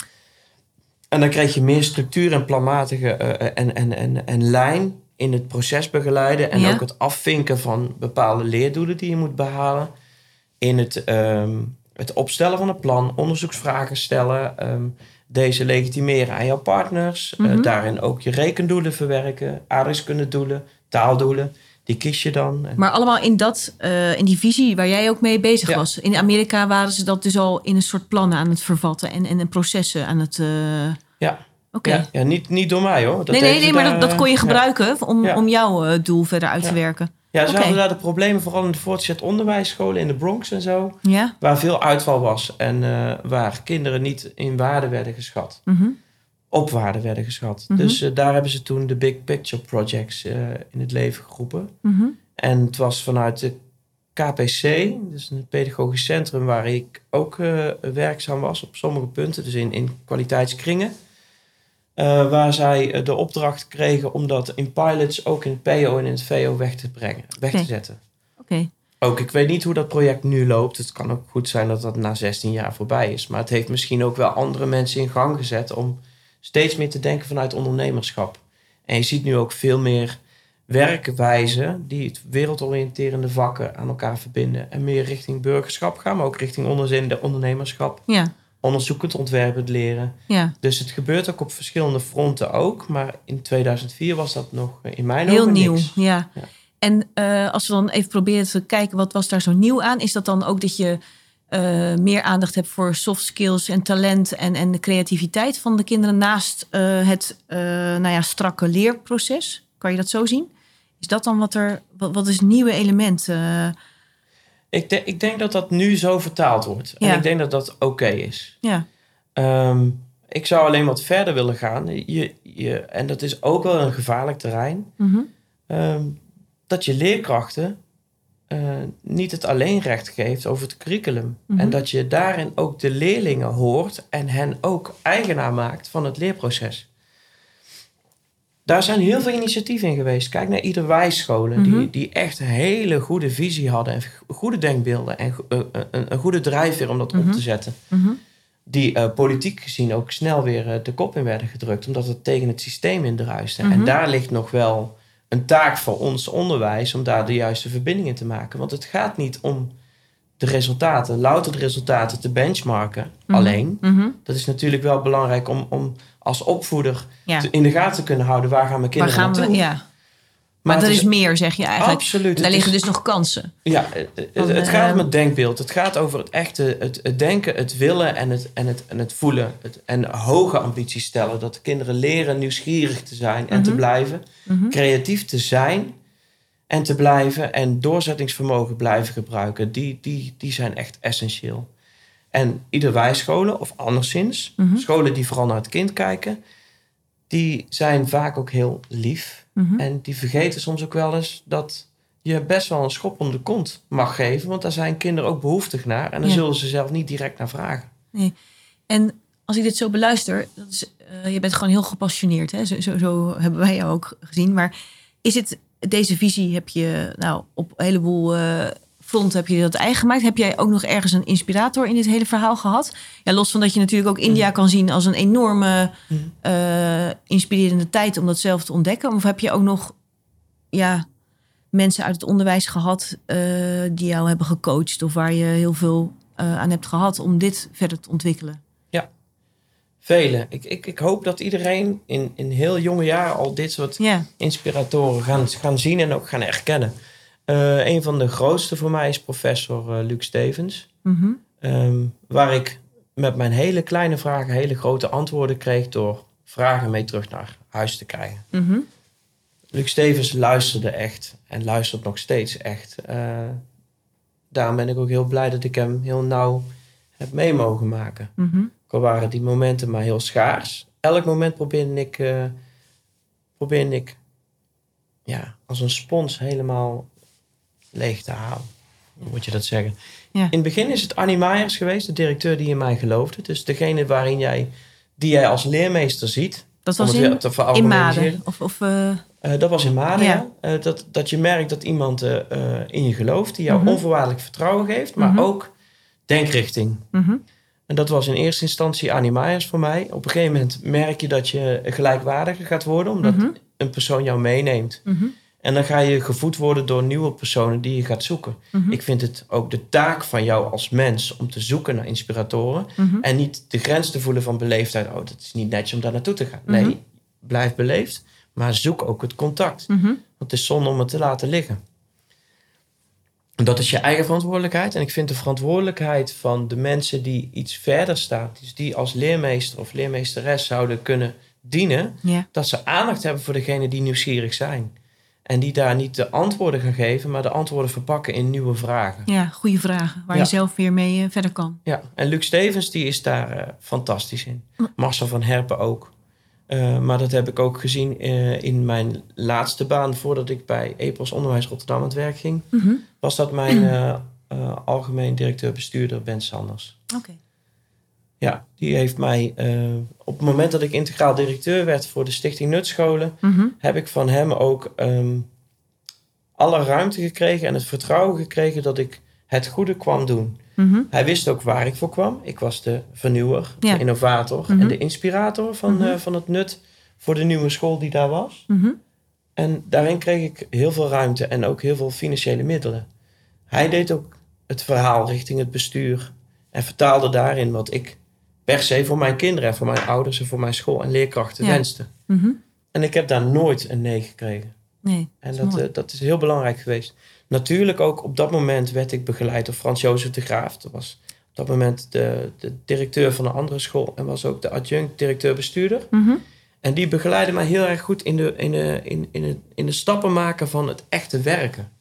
En dan kreeg je meer structuur en planmatige uh, en, en, en, en lijn... in het proces begeleiden en ja. ook het afvinken van bepaalde leerdoelen die je moet behalen. In het, um, het opstellen van een plan, onderzoeksvragen stellen, um, deze legitimeren aan jouw partners. Mm-hmm. Uh, daarin ook je rekendoelen verwerken, aardrijkskundedoelen, taaldoelen. Die kies je dan. Maar allemaal in, dat, uh, in die visie waar jij ook mee bezig ja. was. In Amerika waren ze dat dus al in een soort plannen aan het vervatten en, en processen aan het... Uh... Ja. Okay. Ja, ja niet, niet door mij, hoor. Dat nee, nee, nee maar daar, dat, dat kon je gebruiken ja. om, ja. om jouw uh, doel verder uit ja. te werken. Ja, ze okay. hadden daar de problemen, vooral in de voortgezet onderwijsscholen in de Bronx en zo. Ja. Waar veel uitval was en uh, waar kinderen niet in waarde werden geschat. Mm-hmm. Op waarde werden geschat. Mm-hmm. Dus uh, daar hebben ze toen de Big Picture Projects uh, in het leven geroepen. Mm-hmm. En het was vanuit de K P C, dus een pedagogisch centrum waar ik ook uh, werkzaam was op sommige punten. Dus in, in kwaliteitskringen. Uh, waar zij de opdracht kregen om dat in pilots ook in het P O en in het V O weg te brengen, weg okay. te zetten. Okay. Ook, ik weet niet hoe dat project nu loopt. Het kan ook goed zijn dat dat na zestien jaar voorbij is. Maar het heeft misschien ook wel andere mensen in gang gezet om steeds meer te denken vanuit ondernemerschap. En je ziet nu ook veel meer werkwijzen die het wereldoriënterende vakken aan elkaar verbinden. En meer richting burgerschap gaan, maar ook richting onderzinnende ondernemerschap. Ja. Onderzoekend ontwerpend leren. Ja. Dus het gebeurt ook op verschillende fronten ook. Maar in tweeduizend vier was dat nog in mijn heel ogen nieuw. Niks. Ja. Ja. En uh, als we dan even proberen te kijken, wat was daar zo nieuw aan? Is dat dan ook dat je uh, meer aandacht hebt voor soft skills en talent en, en de creativiteit van de kinderen naast uh, het uh, nou ja, strakke leerproces? Kan je dat zo zien? Is dat dan wat er, wat, wat is het nieuwe element? Uh, Ik, de, ik denk dat dat nu zo vertaald wordt. Ja. En ik denk dat dat oké okay is. Ja. Um, ik zou alleen wat verder willen gaan. Je, je, en dat is ook wel een gevaarlijk terrein. Mm-hmm. Um, dat je leerkrachten uh, niet het alleenrecht geeft over het curriculum. Mm-hmm. En dat je daarin ook de leerlingen hoort en hen ook eigenaar maakt van het leerproces. Daar zijn heel veel initiatieven in geweest. Kijk naar ieder wijsscholen mm-hmm. die, die echt een hele goede visie hadden en goede denkbeelden en uh, een, een goede drijfveer om dat mm-hmm. op te zetten. Mm-hmm. Die uh, politiek gezien ook snel weer uh, de kop in werden gedrukt, omdat het tegen het systeem indruiste. Mm-hmm. En daar ligt nog wel een taak voor ons onderwijs om daar de juiste verbindingen te maken. Want het gaat niet om de resultaten, louter de resultaten te benchmarken mm-hmm. alleen. Mm-hmm. Dat is natuurlijk wel belangrijk om, om als opvoeder ja. te, in de gaten te kunnen houden. Waar gaan mijn kinderen waar gaan naartoe? We, ja. Maar, maar er is, is meer, zeg je eigenlijk. Absoluut. En daar liggen is, dus nog kansen. Ja, het, het, het gaat om het denkbeeld. Het gaat over het echte, het, het denken, het willen en het, en het, en het voelen. Het, en hoge ambities stellen. Dat de kinderen leren nieuwsgierig te zijn en mm-hmm. te blijven. Mm-hmm. Creatief te zijn en te blijven. En doorzettingsvermogen blijven gebruiken. Die, die, die zijn echt essentieel. En ieder wijscholen, of anderszins, mm-hmm. scholen die vooral naar het kind kijken, die zijn vaak ook heel lief. Mm-hmm. En die vergeten soms ook wel eens dat je best wel een schop om de kont mag geven. Want daar zijn kinderen ook behoeftig naar. En daar ja. zullen ze zelf niet direct naar vragen. Nee. En als ik dit zo beluister, dat is, uh, je bent gewoon heel gepassioneerd. Hè? Zo, zo, zo hebben wij jou ook gezien. Maar is het, deze visie heb je nou, op een heleboel uh, fronten heb je dat eigen gemaakt. Heb jij ook nog ergens een inspirator in dit hele verhaal gehad? Ja, los van dat je natuurlijk ook India mm. kan zien als een enorme mm. uh, inspirerende tijd om dat zelf te ontdekken. Of heb je ook nog ja, mensen uit het onderwijs gehad uh, die jou hebben gecoacht of waar je heel veel uh, aan hebt gehad om dit verder te ontwikkelen? Ja, vele. Ik, ik, ik hoop dat iedereen in, in heel jonge jaren al dit soort yeah. inspiratoren gaan, gaan zien en ook gaan erkennen. Uh, een van de grootste voor mij is professor uh, Luc Stevens. Mm-hmm. Um, waar ik met mijn hele kleine vragen hele grote antwoorden kreeg door vragen mee terug naar huis te krijgen. Mm-hmm. Luc Stevens luisterde echt en luistert nog steeds echt. Uh, daarom ben ik ook heel blij dat ik hem heel nauw heb mee mogen maken. Mm-hmm. Ook al waren die momenten maar heel schaars. Elk moment probeerde ik, uh, probeerde ik ja, als een spons helemaal leeg te halen. Hoe moet je dat zeggen? Ja. In het begin is het Annie Meijers geweest, de directeur die in mij geloofde. Dus degene waarin jij, die jij als leermeester ziet. Dat was in, in Maden? Of, of, uh... Uh, dat was in Maden, ja. ja. Uh, dat, dat je merkt dat iemand uh, in je gelooft, die jou mm-hmm. onvoorwaardelijk vertrouwen geeft, maar mm-hmm. ook denkrichting. Mm-hmm. En dat was in eerste instantie Annie Meijers voor mij. Op een gegeven moment merk je dat je gelijkwaardiger gaat worden, omdat mm-hmm. een persoon jou meeneemt. Mm-hmm. En dan ga je gevoed worden door nieuwe personen die je gaat zoeken. Mm-hmm. Ik vind het ook de taak van jou als mens om te zoeken naar inspiratoren. Mm-hmm. En niet de grens te voelen van beleefdheid. Oh, dat is niet netjes om daar naartoe te gaan. Mm-hmm. Nee, blijf beleefd. Maar zoek ook het contact. Mm-hmm. Want het is zonde om het te laten liggen. En dat is je eigen verantwoordelijkheid. En ik vind de verantwoordelijkheid van de mensen die iets verder staan. Dus die als leermeester of leermeesteres zouden kunnen dienen. Yeah. Dat ze aandacht hebben voor degenen die nieuwsgierig zijn. En die daar niet de antwoorden gaan geven, maar de antwoorden verpakken in nieuwe vragen. Ja, goede vragen, waar ja. je zelf weer mee uh, verder kan. Ja, en Luc Stevens die is daar uh, fantastisch in. Marcel van Herpen ook. Uh, maar dat heb ik ook gezien uh, in mijn laatste baan, voordat ik bij E P O S Onderwijs Rotterdam aan het werk ging. Mm-hmm. Was dat mijn uh, uh, algemeen directeur-bestuurder Ben Sanders. Oké. Okay. Ja, die heeft mij uh, op het moment dat ik integraal directeur werd voor de Stichting Nutscholen, mm-hmm. heb ik van hem ook um, alle ruimte gekregen en het vertrouwen gekregen dat ik het goede kwam doen. Mm-hmm. Hij wist ook waar ik voor kwam. Ik was de vernieuwer, ja. de innovator mm-hmm. en de inspirator van, mm-hmm. uh, van het nut voor de nieuwe school die daar was. Mm-hmm. En daarin kreeg ik heel veel ruimte en ook heel veel financiële middelen. Hij deed ook het verhaal richting het bestuur en vertaalde daarin wat ik per se voor mijn kinderen en voor mijn ouders en voor mijn school en leerkrachten ja. wenste. Mm-hmm. En ik heb daar nooit een nee gekregen. Nee, en dat, dat, uh, dat is heel belangrijk geweest. Natuurlijk ook op dat moment werd ik begeleid door Frans-Jozef de Graaf. Dat was op dat moment de, de directeur van een andere school en was ook de adjunct directeur-bestuurder. Mm-hmm. En die begeleidde mij heel erg goed in de, in, de, in, in, de, in de stappen maken van het echte werken.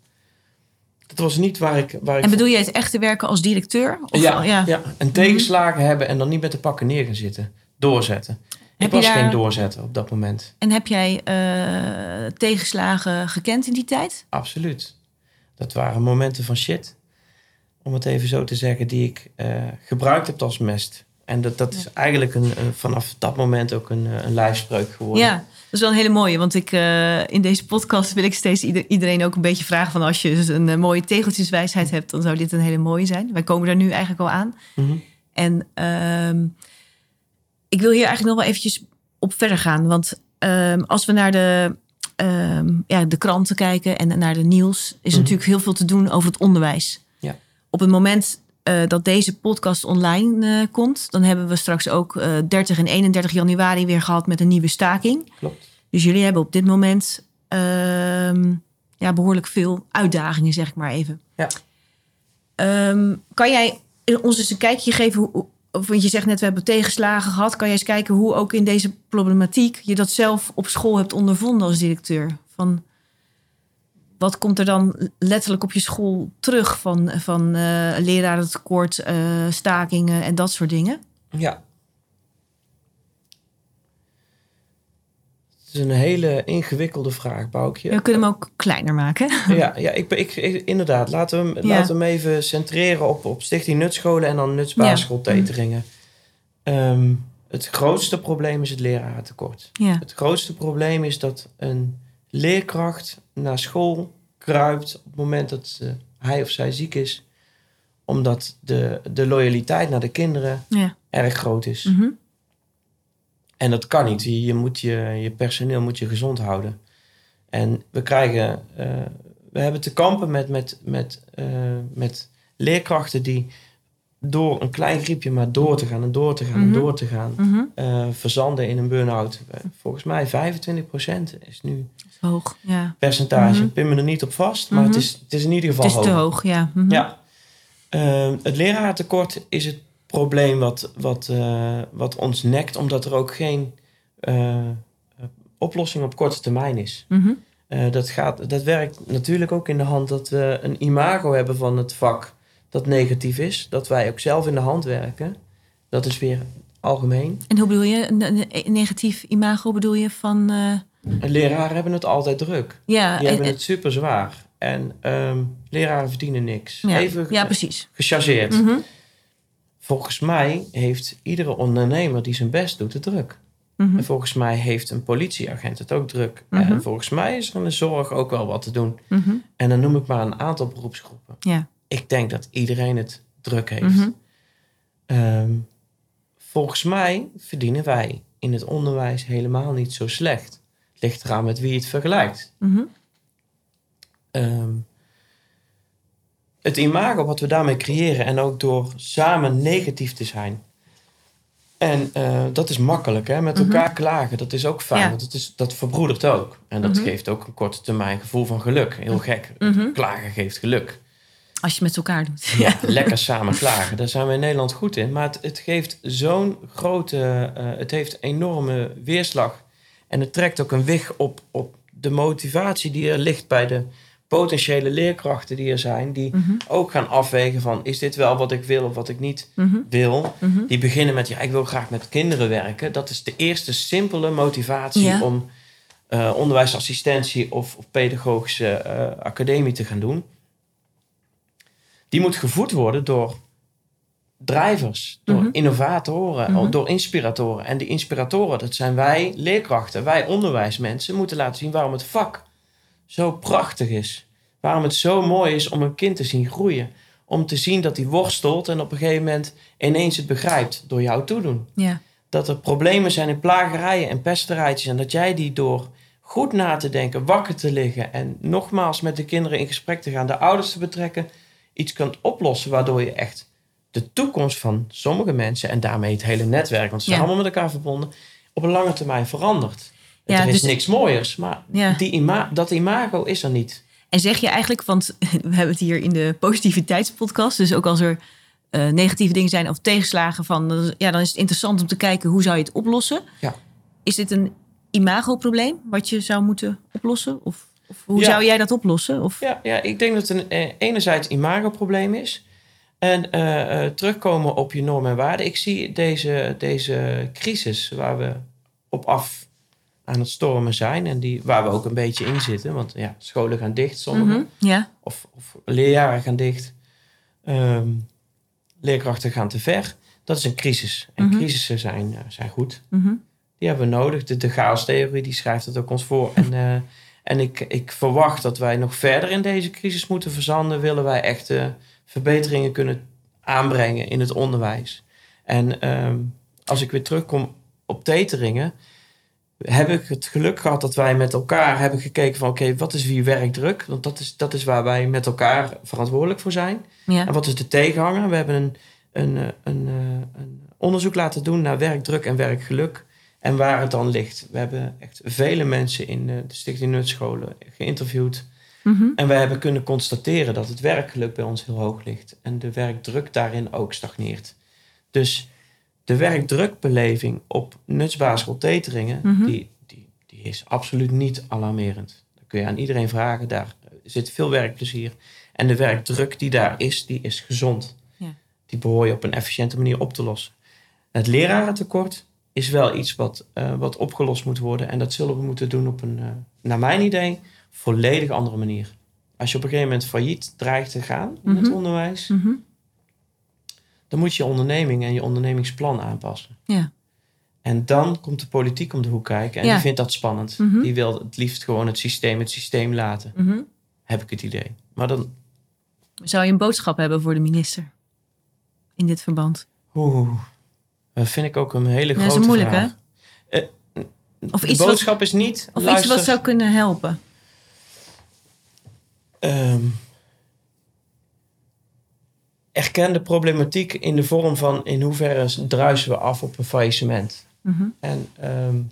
Dat was niet waar ik... Waar ik en bedoel je het echte werken als directeur? Of ja, ja. ja, en tegenslagen mm-hmm. hebben en dan niet met de pakken neer gaan zitten. Doorzetten. Heb ik was daar... geen doorzetter op dat moment. En heb jij uh, tegenslagen gekend in die tijd? Absoluut. Dat waren momenten van shit, om het even zo te zeggen, die ik uh, gebruikt heb als mest. En dat, dat ja. is eigenlijk een, een, vanaf dat moment ook een, een lijfspreuk geworden. Ja, dat is wel een hele mooie. Want ik, uh, in deze podcast wil ik steeds ieder, iedereen ook een beetje vragen van als je dus een, een mooie tegeltjeswijsheid hebt, dan zou dit een hele mooie zijn. Wij komen daar nu eigenlijk al aan. Mm-hmm. En uh, ik wil hier eigenlijk nog wel eventjes op verder gaan. Want uh, als we naar de um, ja, de kranten kijken en naar de nieuws... is mm-hmm. natuurlijk heel veel te doen over het onderwijs. Ja. Op het moment uh, dat deze podcast online uh, komt... dan hebben we straks ook uh, dertig en eenendertig januari weer gehad met een nieuwe staking. Klopt. Dus jullie hebben op dit moment uh, ja, behoorlijk veel uitdagingen, zeg ik maar even. Ja. Um, kan jij ons eens een kijkje geven... Hoe, want je zegt net, we hebben tegenslagen gehad. Kan jij eens kijken hoe ook in deze problematiek... je dat zelf op school hebt ondervonden als directeur? Van, wat komt er dan letterlijk op je school terug... van, van uh, lerarentekort, uh, stakingen en dat soort dingen? Ja. Het is een hele ingewikkelde vraag, Boukje. We kunnen hem ook kleiner maken. Ja, ja ik, ik, ik, inderdaad. Laten we, hem, ja. laten we hem even centreren op, op Stichting Nutscholen... en dan Nutsbasisschool ja. Teteringen. Um, het grootste probleem is het lerarentekort. Ja. Het grootste probleem is dat een leerkracht naar school kruipt... op het moment dat uh, hij of zij ziek is... omdat de, de loyaliteit naar de kinderen ja. erg groot is. Mm-hmm. En dat kan niet. Je, je, moet je, je personeel moet je gezond houden. En we krijgen... Uh, we hebben te kampen met, met, met, uh, met leerkrachten die... door een klein griepje maar door te gaan en door te gaan mm-hmm. en door te gaan... Mm-hmm. Uh, verzanden in een burn-out. Volgens mij vijfentwintig procent is nu hoog, ja. percentage. Mm-hmm. Ik pin me er niet op vast, maar mm-hmm. het, is, het is in ieder geval hoog. Het is hoog. te hoog, ja. Mm-hmm. Ja. Uh, het lerarentekort is het probleem wat, wat, uh, wat ons nekt... omdat er ook geen uh, oplossing op korte termijn is. Mm-hmm. Uh, dat, gaat, dat werkt natuurlijk ook in de hand dat we een imago hebben van het vak... dat negatief is, dat wij ook zelf in de hand werken. Dat is weer algemeen. En hoe bedoel je? Een, een negatief imago bedoel je van... Uh... Leraren hebben het altijd druk. Ja, Die en, hebben het super zwaar. En um, leraren verdienen niks. Ja, Even ja, precies. gechargeerd. Mm-hmm. Volgens mij heeft iedere ondernemer die zijn best doet het druk. Mm-hmm. En volgens mij heeft een politieagent het ook druk. Mm-hmm. En volgens mij is er in de zorg ook wel wat te doen. Mm-hmm. En dan noem ik maar een aantal beroepsgroepen. Ja. Ik denk dat iedereen het druk heeft. Mm-hmm. Um, volgens mij verdienen wij in het onderwijs helemaal niet zo slecht. Het ligt eraan met wie je het vergelijkt. Mm-hmm. Um, het imago wat we daarmee creëren en ook door samen negatief te zijn. En uh, dat is makkelijk, hè? Met elkaar mm-hmm. klagen. Dat is ook fijn, ja. want het is, dat verbroedert ook. En dat mm-hmm. geeft ook een korte termijn gevoel van geluk. Heel gek. Mm-hmm. Klagen geeft geluk. Als je het met elkaar doet. Ja, lekker samen klagen. Daar zijn we in Nederland goed in. Maar het, het geeft zo'n grote... Uh, het heeft enorme weerslag. En het trekt ook een wig op, op de motivatie die er ligt bij de potentiële leerkrachten die er zijn. Die mm-hmm. ook gaan afwegen van, is dit wel wat ik wil of wat ik niet mm-hmm. wil? Mm-hmm. Die beginnen met, ja, ik wil graag met kinderen werken. Dat is de eerste simpele motivatie ja. om uh, onderwijsassistentie of, of pedagogische uh, academie te gaan doen. Die moet gevoed worden door drijvers, door mm-hmm. innovatoren, mm-hmm. door inspiratoren. En die inspiratoren, dat zijn wij leerkrachten, wij onderwijsmensen, moeten laten zien waarom het vak zo prachtig is. Waarom het zo mooi is om een kind te zien groeien. Om te zien dat hij worstelt en op een gegeven moment ineens het begrijpt door jouw toedoen. Ja. Dat er problemen zijn in plagerijen en pesterijtjes en dat jij die door goed na te denken, wakker te liggen en nogmaals met de kinderen in gesprek te gaan, de ouders te betrekken, iets kunt oplossen waardoor je echt de toekomst van sommige mensen en daarmee het hele netwerk, want ze zijn ja. allemaal met elkaar verbonden, op een lange termijn verandert. Ja, er is dus niks mooiers, maar ja. die ima- dat imago is er niet. En zeg je eigenlijk, want we hebben het hier in de positiviteitspodcast, dus ook als er uh, negatieve dingen zijn of tegenslagen van, ja, dan is het interessant om te kijken hoe zou je het oplossen. Ja. Is dit een imago-probleem wat je zou moeten oplossen? Of, of hoe ja. zou jij dat oplossen? Of? Ja, ja, ik denk dat het een eh, enerzijds imago-probleem is. En uh, uh, terugkomen op je normen en waarden. Ik zie deze, deze crisis waar we op af aan het stormen zijn en die, waar we ook een beetje in zitten. Want ja, scholen gaan dicht, sommige. Mm-hmm, ja. Of, of leerjaren gaan dicht. Um, leerkrachten gaan te ver. Dat is een crisis. En mm-hmm. crisissen zijn, uh, zijn goed. Mm-hmm. Die hebben we nodig. De, de chaostheorie die schrijft het ook ons voor. En, uh, en ik, ik verwacht dat wij nog verder in deze crisis moeten verzanden. Willen wij echt uh, verbeteringen kunnen aanbrengen in het onderwijs. En um, als ik weer terugkom op Teteringen. heb ik het geluk gehad dat wij met elkaar hebben gekeken van... oké, okay, wat is wie werkdruk? Want dat is, dat is waar wij met elkaar verantwoordelijk voor zijn. Ja. En wat is de tegenhanger? We hebben een, een, een, een, een onderzoek laten doen naar werkdruk en werkgeluk. En waar het dan ligt. We hebben echt vele mensen in de Stichting Nutscholen geïnterviewd. Mm-hmm. En we hebben kunnen constateren dat het werkgeluk bij ons heel hoog ligt. En de werkdruk daarin ook stagneert. Dus de werkdrukbeleving op Nutsbasisschool Teteringen... Mm-hmm. die, die, die is absoluut niet alarmerend. Dat kun je aan iedereen vragen. Daar zit veel werkplezier. En de werkdruk die daar is, die is gezond. Ja. Die behoor je op een efficiënte manier op te lossen. Het lerarentekort is wel iets wat, uh, wat opgelost moet worden. En dat zullen we moeten doen op een, uh, naar mijn idee, volledig andere manier. Als je op een gegeven moment failliet dreigt te gaan in Mm-hmm. het onderwijs... Mm-hmm. dan moet je je onderneming en je ondernemingsplan aanpassen. Ja. En dan komt de politiek om de hoek kijken en Ja. die vindt dat spannend. Mm-hmm. Die wil het liefst gewoon het systeem het systeem laten. Mm-hmm. Heb ik het idee. Maar dan... Zou je een boodschap hebben voor de minister? In dit verband? Oeh, dat vind ik ook een hele Ja, grote dat is moeilijk, vraag. hè? Uh, Of de iets boodschap wat, is niet... Of luister, iets wat zou kunnen helpen? Um, erken de problematiek in de vorm van... in hoeverre druisen we af op een faillissement. Mm-hmm. En um,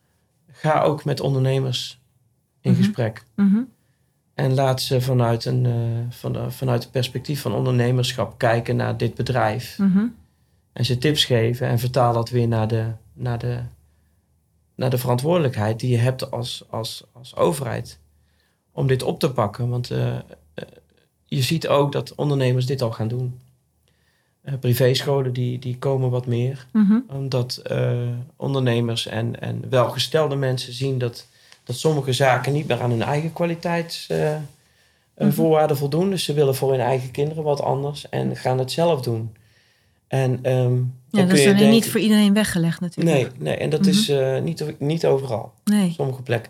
ga ook met ondernemers in Mm-hmm. gesprek. Mm-hmm. En laat ze vanuit, een, uh, van de, vanuit het perspectief van ondernemerschap kijken naar dit bedrijf. Mm-hmm. En ze tips geven en vertaal dat weer naar de, naar de, naar de verantwoordelijkheid die je hebt als, als, als overheid. Om dit op te pakken. Want uh, uh, je ziet ook dat ondernemers dit al gaan doen. Uh, privéscholen die, die komen wat meer. Mm-hmm. Omdat uh, ondernemers en, en welgestelde mensen zien dat... dat sommige zaken niet meer aan hun eigen kwaliteitsvoorwaarden uh, uh, mm-hmm. voldoen. Dus ze willen voor hun eigen kinderen wat anders en gaan het zelf doen. En, um, ja, dat is dan denken, niet voor iedereen weggelegd natuurlijk. Nee, nee en dat mm-hmm. is uh, niet, niet overal. Nee. Sommige plekken.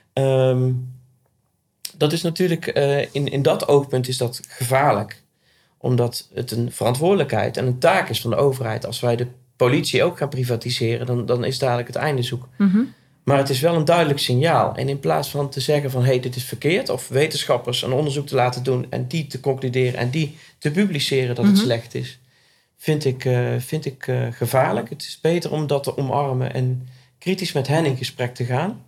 Um, dat is natuurlijk, uh, in, in dat oogpunt is dat gevaarlijk. Omdat het een verantwoordelijkheid en een taak is van de overheid. Als wij de politie ook gaan privatiseren, dan, dan is dadelijk het einde zoek. Mm-hmm. Maar het is wel een duidelijk signaal. En in plaats van te zeggen van... hé, hey, dit is verkeerd... of wetenschappers een onderzoek te laten doen... en die te concluderen en die te publiceren dat mm-hmm. het slecht is... vind ik, uh, vind ik uh, gevaarlijk. Het is beter om dat te omarmen... en kritisch met hen in gesprek te gaan...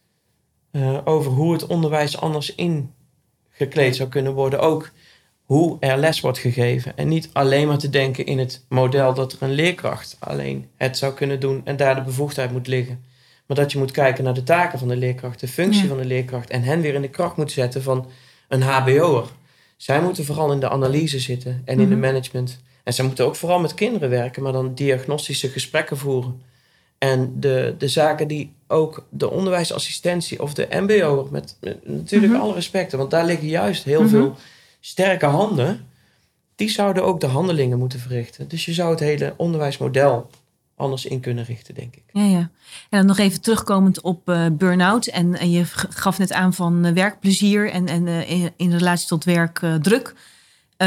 Uh, over hoe het onderwijs anders ingekleed zou kunnen worden. Ook hoe er les wordt gegeven. En niet alleen maar te denken in het model... dat er een leerkracht alleen het zou kunnen doen... en daar de bevoegdheid moet liggen... Maar dat je moet kijken naar de taken van de leerkracht, de functie ja. van de leerkracht... en hen weer in de kracht moet zetten van een hbo'er. Zij moeten vooral in de analyse zitten en mm-hmm. in de management. En zij moeten ook vooral met kinderen werken... maar dan diagnostische gesprekken voeren. En de, de zaken die ook de onderwijsassistentie of de mbo'er... met, met natuurlijk mm-hmm. alle respecten, want daar liggen juist heel mm-hmm. veel sterke handen... die zouden ook de handelingen moeten verrichten. Dus je zou het hele onderwijsmodel... anders in kunnen richten, denk ik. Ja, ja. En dan nog even terugkomend op uh, burn-out. En, en je gaf net aan van uh, werkplezier en, en uh, in, in relatie tot werkdruk. Uh,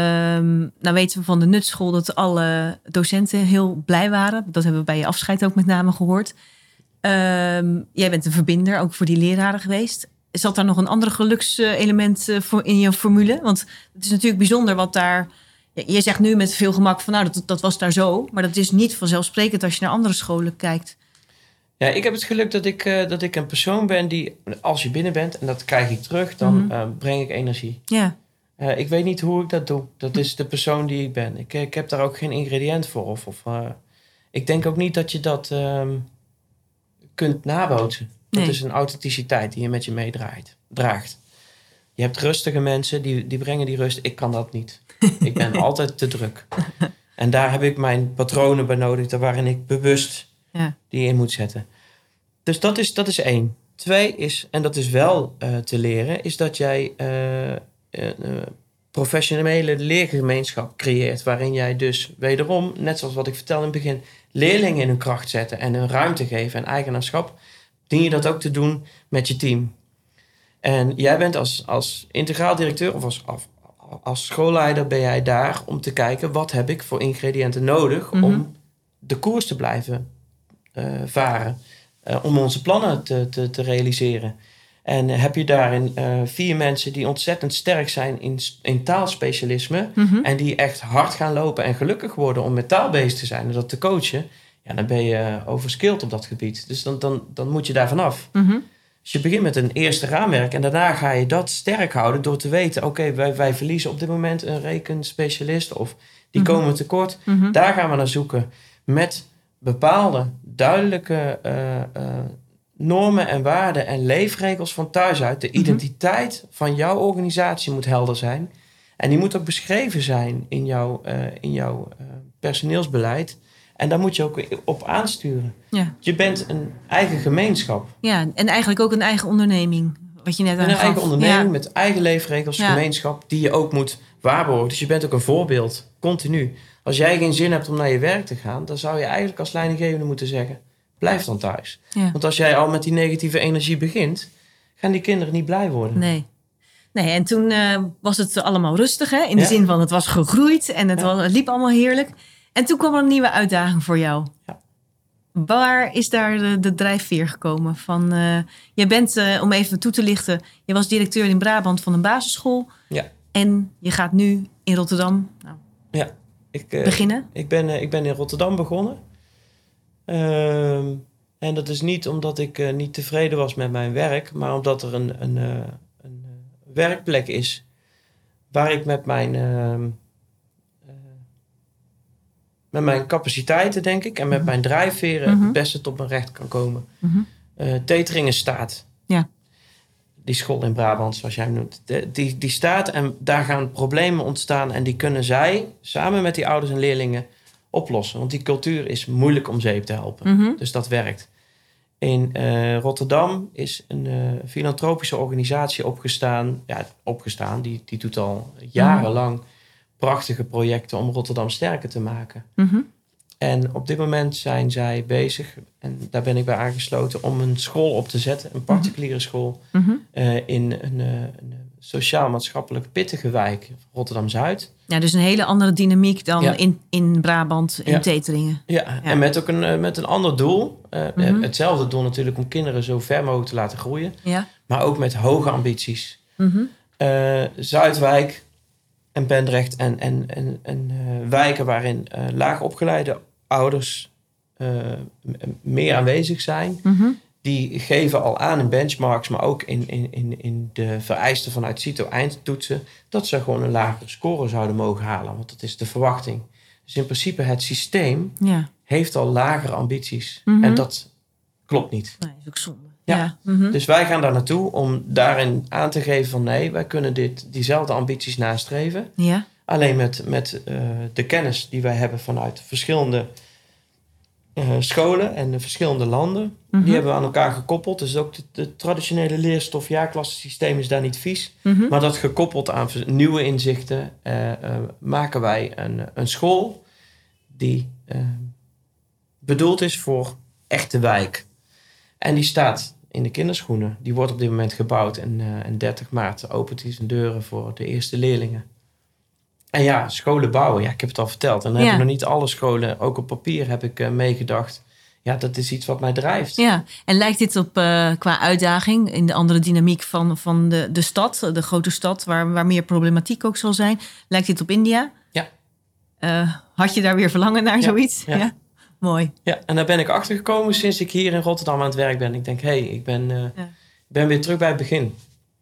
nou weten we van de Nutschool dat alle docenten heel blij waren. Dat hebben we bij je afscheid ook met name gehoord. Uh, jij bent een verbinder, ook voor die leraren geweest. Zat daar nog een ander gelukselement uh, voor in je formule? Want het is natuurlijk bijzonder wat daar... Je zegt nu met veel gemak van nou, dat, dat was daar zo. Maar dat is niet vanzelfsprekend als je naar andere scholen kijkt. Ja, ik heb het geluk dat ik, uh, dat ik een persoon ben die, als je binnen bent... en dat krijg ik terug, dan mm-hmm. uh, breng ik energie. Ja. Uh, ik weet niet hoe ik dat doe. Dat is de persoon die ik ben. Ik, ik heb daar ook geen ingrediënt voor. Of, of, uh, ik denk ook niet dat je dat um, kunt nabootsen. Nee. Dat is een authenticiteit die je met je meedraagt. Draagt. Je hebt rustige mensen, die, die brengen die rust. Ik kan dat niet. Ik ben altijd te druk. En daar heb ik mijn patronen bij nodig... waarin ik bewust ja. die in moet zetten. Dus dat is, dat is één. Twee is, en dat is wel uh, te leren... is dat jij uh, een uh, professionele leergemeenschap creëert... waarin jij dus wederom, net zoals wat ik vertelde in het begin... leerlingen in hun kracht zetten en hun ruimte geven en eigenaarschap... dien je dat ook te doen met je team. En jij bent als, als integraal directeur of als... Af, Als schoolleider ben jij daar om te kijken... wat heb ik voor ingrediënten nodig... Mm-hmm. om de koers te blijven uh, varen. uh, om onze plannen te, te, te realiseren. En heb je daarin uh, vier mensen die ontzettend sterk zijn in, in taalspecialisme... Mm-hmm. en die echt hard gaan lopen en gelukkig worden om met taal bezig te zijn... en dat te coachen, ja, dan ben je overskilled op dat gebied. Dus dan, dan, dan moet je daar vanaf. Mm-hmm. Dus je begint met een eerste raamwerk... en daarna ga je dat sterk houden door te weten... oké, okay, wij, wij verliezen op dit moment een rekenspecialist... of die mm-hmm. komen tekort. Mm-hmm. Daar gaan we naar zoeken met bepaalde duidelijke... Uh, uh, normen en waarden en leefregels van thuis uit. De mm-hmm. identiteit van jouw organisatie moet helder zijn. En die moet ook beschreven zijn in jouw, uh, in jouw uh, personeelsbeleid. En daar moet je ook op aansturen. Ja. Je bent een eigen gemeenschap. Ja, en eigenlijk ook een eigen onderneming. Wat je net aan Een gaf. eigen onderneming ja. met eigen leefregels, ja. gemeenschap... die je ook moet waarborgen. Dus je bent ook een voorbeeld, continu. Als jij geen zin hebt om naar je werk te gaan... dan zou je eigenlijk als leidinggevende moeten zeggen... blijf dan thuis. Ja. Want als jij al met die negatieve energie begint... gaan die kinderen niet blij worden. Nee. Nee, en toen uh, was het allemaal rustig. Hè? In de ja. zin van het was gegroeid en het, ja. was, het liep allemaal heerlijk. En toen kwam er een nieuwe uitdaging voor jou. Ja. Waar is daar de, de drijfveer gekomen? Van, uh, je bent, uh, om even toe te lichten... je was directeur in Brabant van een basisschool. Ja. En je gaat nu in Rotterdam nou, ja. ik, uh, beginnen. Ik ben, uh, ik ben in Rotterdam begonnen. Uh, en dat is niet omdat ik uh, niet tevreden was met mijn werk... maar omdat er een, een, uh, een uh, werkplek is... waar ik met mijn... Uh, uh, met mijn capaciteiten, denk ik... en met mijn drijfveren mm-hmm. het beste tot mijn recht kan komen. Mm-hmm. Uh, Teteringen staat. Ja. Die school in Brabant, zoals jij hem noemt. De, die, die staat en daar gaan problemen ontstaan... en die kunnen zij, samen met die ouders en leerlingen... oplossen. Want die cultuur is moeilijk om zeep te helpen. Mm-hmm. Dus dat werkt. In uh, Rotterdam is een uh, filantropische organisatie opgestaan. Ja, opgestaan. Die, die doet al jarenlang mm-hmm. prachtige projecten om Rotterdam sterker te maken. Mm-hmm. En op dit moment zijn zij bezig, en daar ben ik bij aangesloten... om een school op te zetten, een particuliere school... Mm-hmm. Uh, in een, uh, een sociaal-maatschappelijk pittige wijk, Rotterdam-Zuid. Ja, dus een hele andere dynamiek dan ja. in, in Brabant, in ja. Teteringen. Ja. ja, en met ook een, met een ander doel. Uh, mm-hmm. Hetzelfde doel natuurlijk om kinderen zo ver mogelijk te laten groeien. Ja. Maar ook met hoge ambities. Mm-hmm. Uh, Zuidwijk en Bendrecht en, en, en, en uh, wijken waarin uh, laag opgeleide ouders uh, m- meer aanwezig zijn... Mm-hmm. Die geven al aan in benchmarks, maar ook in, in, in, in de vereisten vanuit CITO-eindtoetsen... dat ze gewoon een lagere score zouden mogen halen. Want dat is de verwachting. Dus in principe het systeem ja. heeft al lagere ambities. Mm-hmm. En dat klopt niet. Nee, dat is ook zonde. Ja. Ja. Mm-hmm. Dus wij gaan daar naartoe om daarin aan te geven van... nee, wij kunnen dit, diezelfde ambities nastreven. Ja. Alleen met, met uh, de kennis die wij hebben vanuit verschillende... Uh, scholen en de verschillende landen. Mm-hmm. Die hebben we aan elkaar gekoppeld. Dus ook de, de traditionele leerstof jaarklassensysteem is daar niet vies. Mm-hmm. Maar dat gekoppeld aan nieuwe inzichten... Uh, uh, maken wij een, een school... die uh, bedoeld is voor echte wijk. En die staat in de kinderschoenen. Die wordt op dit moment gebouwd. En, uh, en dertig maart opent hij zijn deuren voor de eerste leerlingen. En ja, scholen bouwen, ja, ik heb het al verteld. En dan ja. heb ik nog niet alle scholen, ook op papier heb ik uh, meegedacht. Ja, dat is iets wat mij drijft. Ja, en lijkt dit op uh, qua uitdaging in de andere dynamiek van, van de, de stad, de grote stad, waar, waar meer problematiek ook zal zijn. Lijkt dit op India? Ja. Uh, had je daar weer verlangen naar, ja. zoiets? Ja. ja. Mooi. Ja, en daar ben ik achter gekomen sinds ik hier in Rotterdam aan het werk ben. Ik denk, hé, hey, ik ben, uh, ja. ben weer terug bij het begin.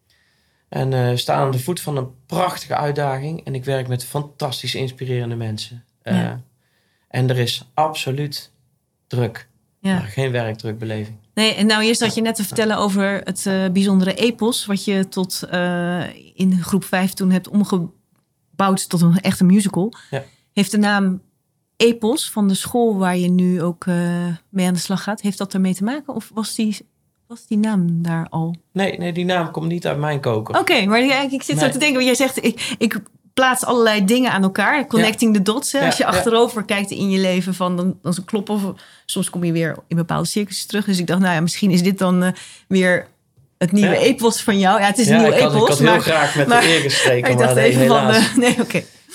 En uh, sta aan de voet van een prachtige uitdaging. En ik werk met fantastisch inspirerende mensen. Uh, ja. En er is absoluut druk. Ja. Maar geen werkdrukbeleving. Nee, en nou eerst had je net te vertellen over het uh, bijzondere epos... wat je tot uh, in groep vijf toen hebt omgebouwd tot een echte musical. Ja. Heeft de naam epos van de school waar je nu ook uh, mee aan de slag gaat... heeft dat ermee te maken? Of was die... Was die naam daar al? Nee, nee, die naam komt niet uit mijn koker. Oké, okay, maar ik, ik zit nee. zo te denken. Want jij zegt, ik, ik plaats allerlei dingen aan elkaar. Connecting ja. the dots. Hè? Ja, Als je achterover ja. kijkt in je leven, van, dan, dan ze kloppen. Of, soms kom je weer in bepaalde circussen terug. Dus ik dacht, nou ja, misschien is dit dan uh, weer het nieuwe ja. epos van jou. Ja, het is een ja, nieuw ik had, epos. Ik had maar, heel graag met maar, de eer gestreken. Ik dacht maar even nee, van, de, nee, oké. Okay.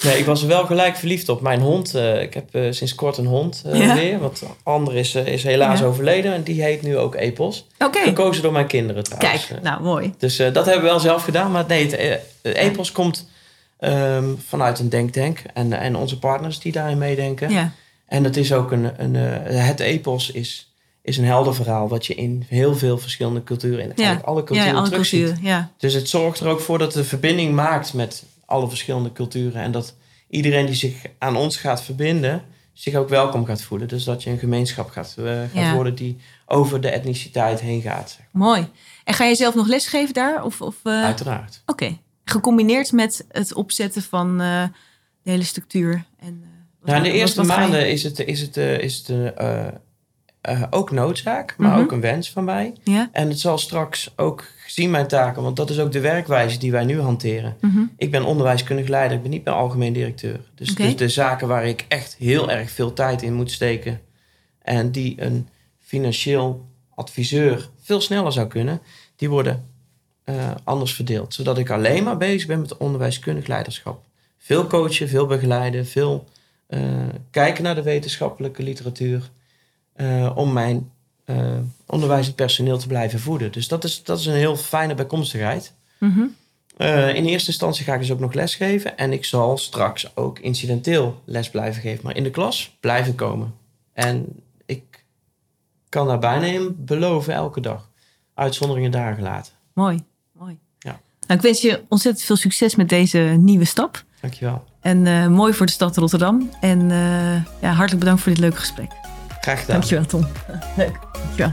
Nee, ik was er wel gelijk verliefd op. Mijn hond, uh, ik heb uh, sinds kort een hond uh, ja. weer. Want de andere is, uh, is helaas ja. overleden. En die heet nu ook Epos. Oké. Gekozen door mijn kinderen trouwens. Kijk, nou mooi. Dus uh, dat hebben we wel zelf gedaan. Maar nee, het, uh, Epos ja. komt um, vanuit een denktank. En, en onze partners die daarin meedenken. Ja. En het is ook een... een uh, het Epos is... is een helder verhaal wat je in heel veel verschillende culturen, in ja. alle culturen ja, alle terugziet. culturen, ja. Dus het zorgt er ook voor dat de verbinding maakt met alle verschillende culturen. En dat iedereen die zich aan ons gaat verbinden, zich ook welkom gaat voelen. Dus dat je een gemeenschap gaat, uh, gaat ja. worden die over de etniciteit heen gaat. Zeg maar. Mooi. En ga je zelf nog lesgeven daar? Of, of, uh... Uiteraard. Oké. Okay. Gecombineerd met het opzetten van uh, de hele structuur. En, uh, nou, in de eerste maanden je... is het, is het, uh, is het uh, uh, ook noodzaak, maar mm-hmm. ook een wens van mij. Ja. En het zal straks ook gezien mijn taken, want dat is ook de werkwijze die wij nu hanteren. Mm-hmm. Ik ben onderwijskundig leider, ik ben niet meer algemeen directeur. Dus, okay. dus de zaken waar ik echt heel erg veel tijd in moet steken en die een financieel adviseur veel sneller zou kunnen, die worden uh, anders verdeeld. Zodat ik alleen maar bezig ben met onderwijskundig leiderschap. Veel coachen, veel begeleiden, veel uh, kijken naar de wetenschappelijke literatuur uh, om mijn uh, onderwijzend personeel te blijven voeden. Dus dat is, dat is een heel fijne bijkomstigheid. Mm-hmm. Uh, in eerste instantie ga ik dus ook nog lesgeven en ik zal straks ook incidenteel les blijven geven, maar in de klas blijven komen. En ik kan daar bijna in beloven elke dag. Uitzonderingen daar gelaten. Mooi, mooi. Ja. Nou, ik wens je ontzettend veel succes met deze nieuwe stap. Dankjewel. En uh, mooi voor de stad Rotterdam. En uh, ja, hartelijk bedankt voor dit leuke gesprek. Graag gedaan. Dankjewel, Tom. Leuk. Dankjewel.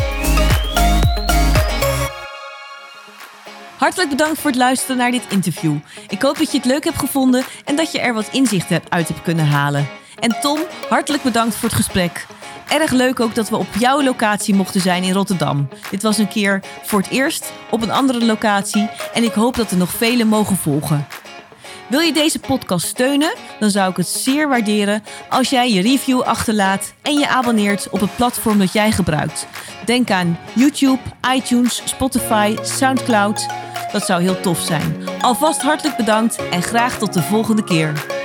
Hartelijk bedankt voor het luisteren naar dit interview. Ik hoop dat je het leuk hebt gevonden en dat je er wat inzicht hebt uit hebt kunnen halen. En Tom, hartelijk bedankt voor het gesprek. Erg leuk ook dat we op jouw locatie mochten zijn in Rotterdam. Dit was een keer voor het eerst op een andere locatie en ik hoop dat er nog vele mogen volgen. Wil je deze podcast steunen? Dan zou ik het zeer waarderen als jij je review achterlaat en je abonneert op het platform dat jij gebruikt. Denk aan YouTube, iTunes, Spotify, Soundcloud. Dat zou heel tof zijn. Alvast hartelijk bedankt en graag tot de volgende keer.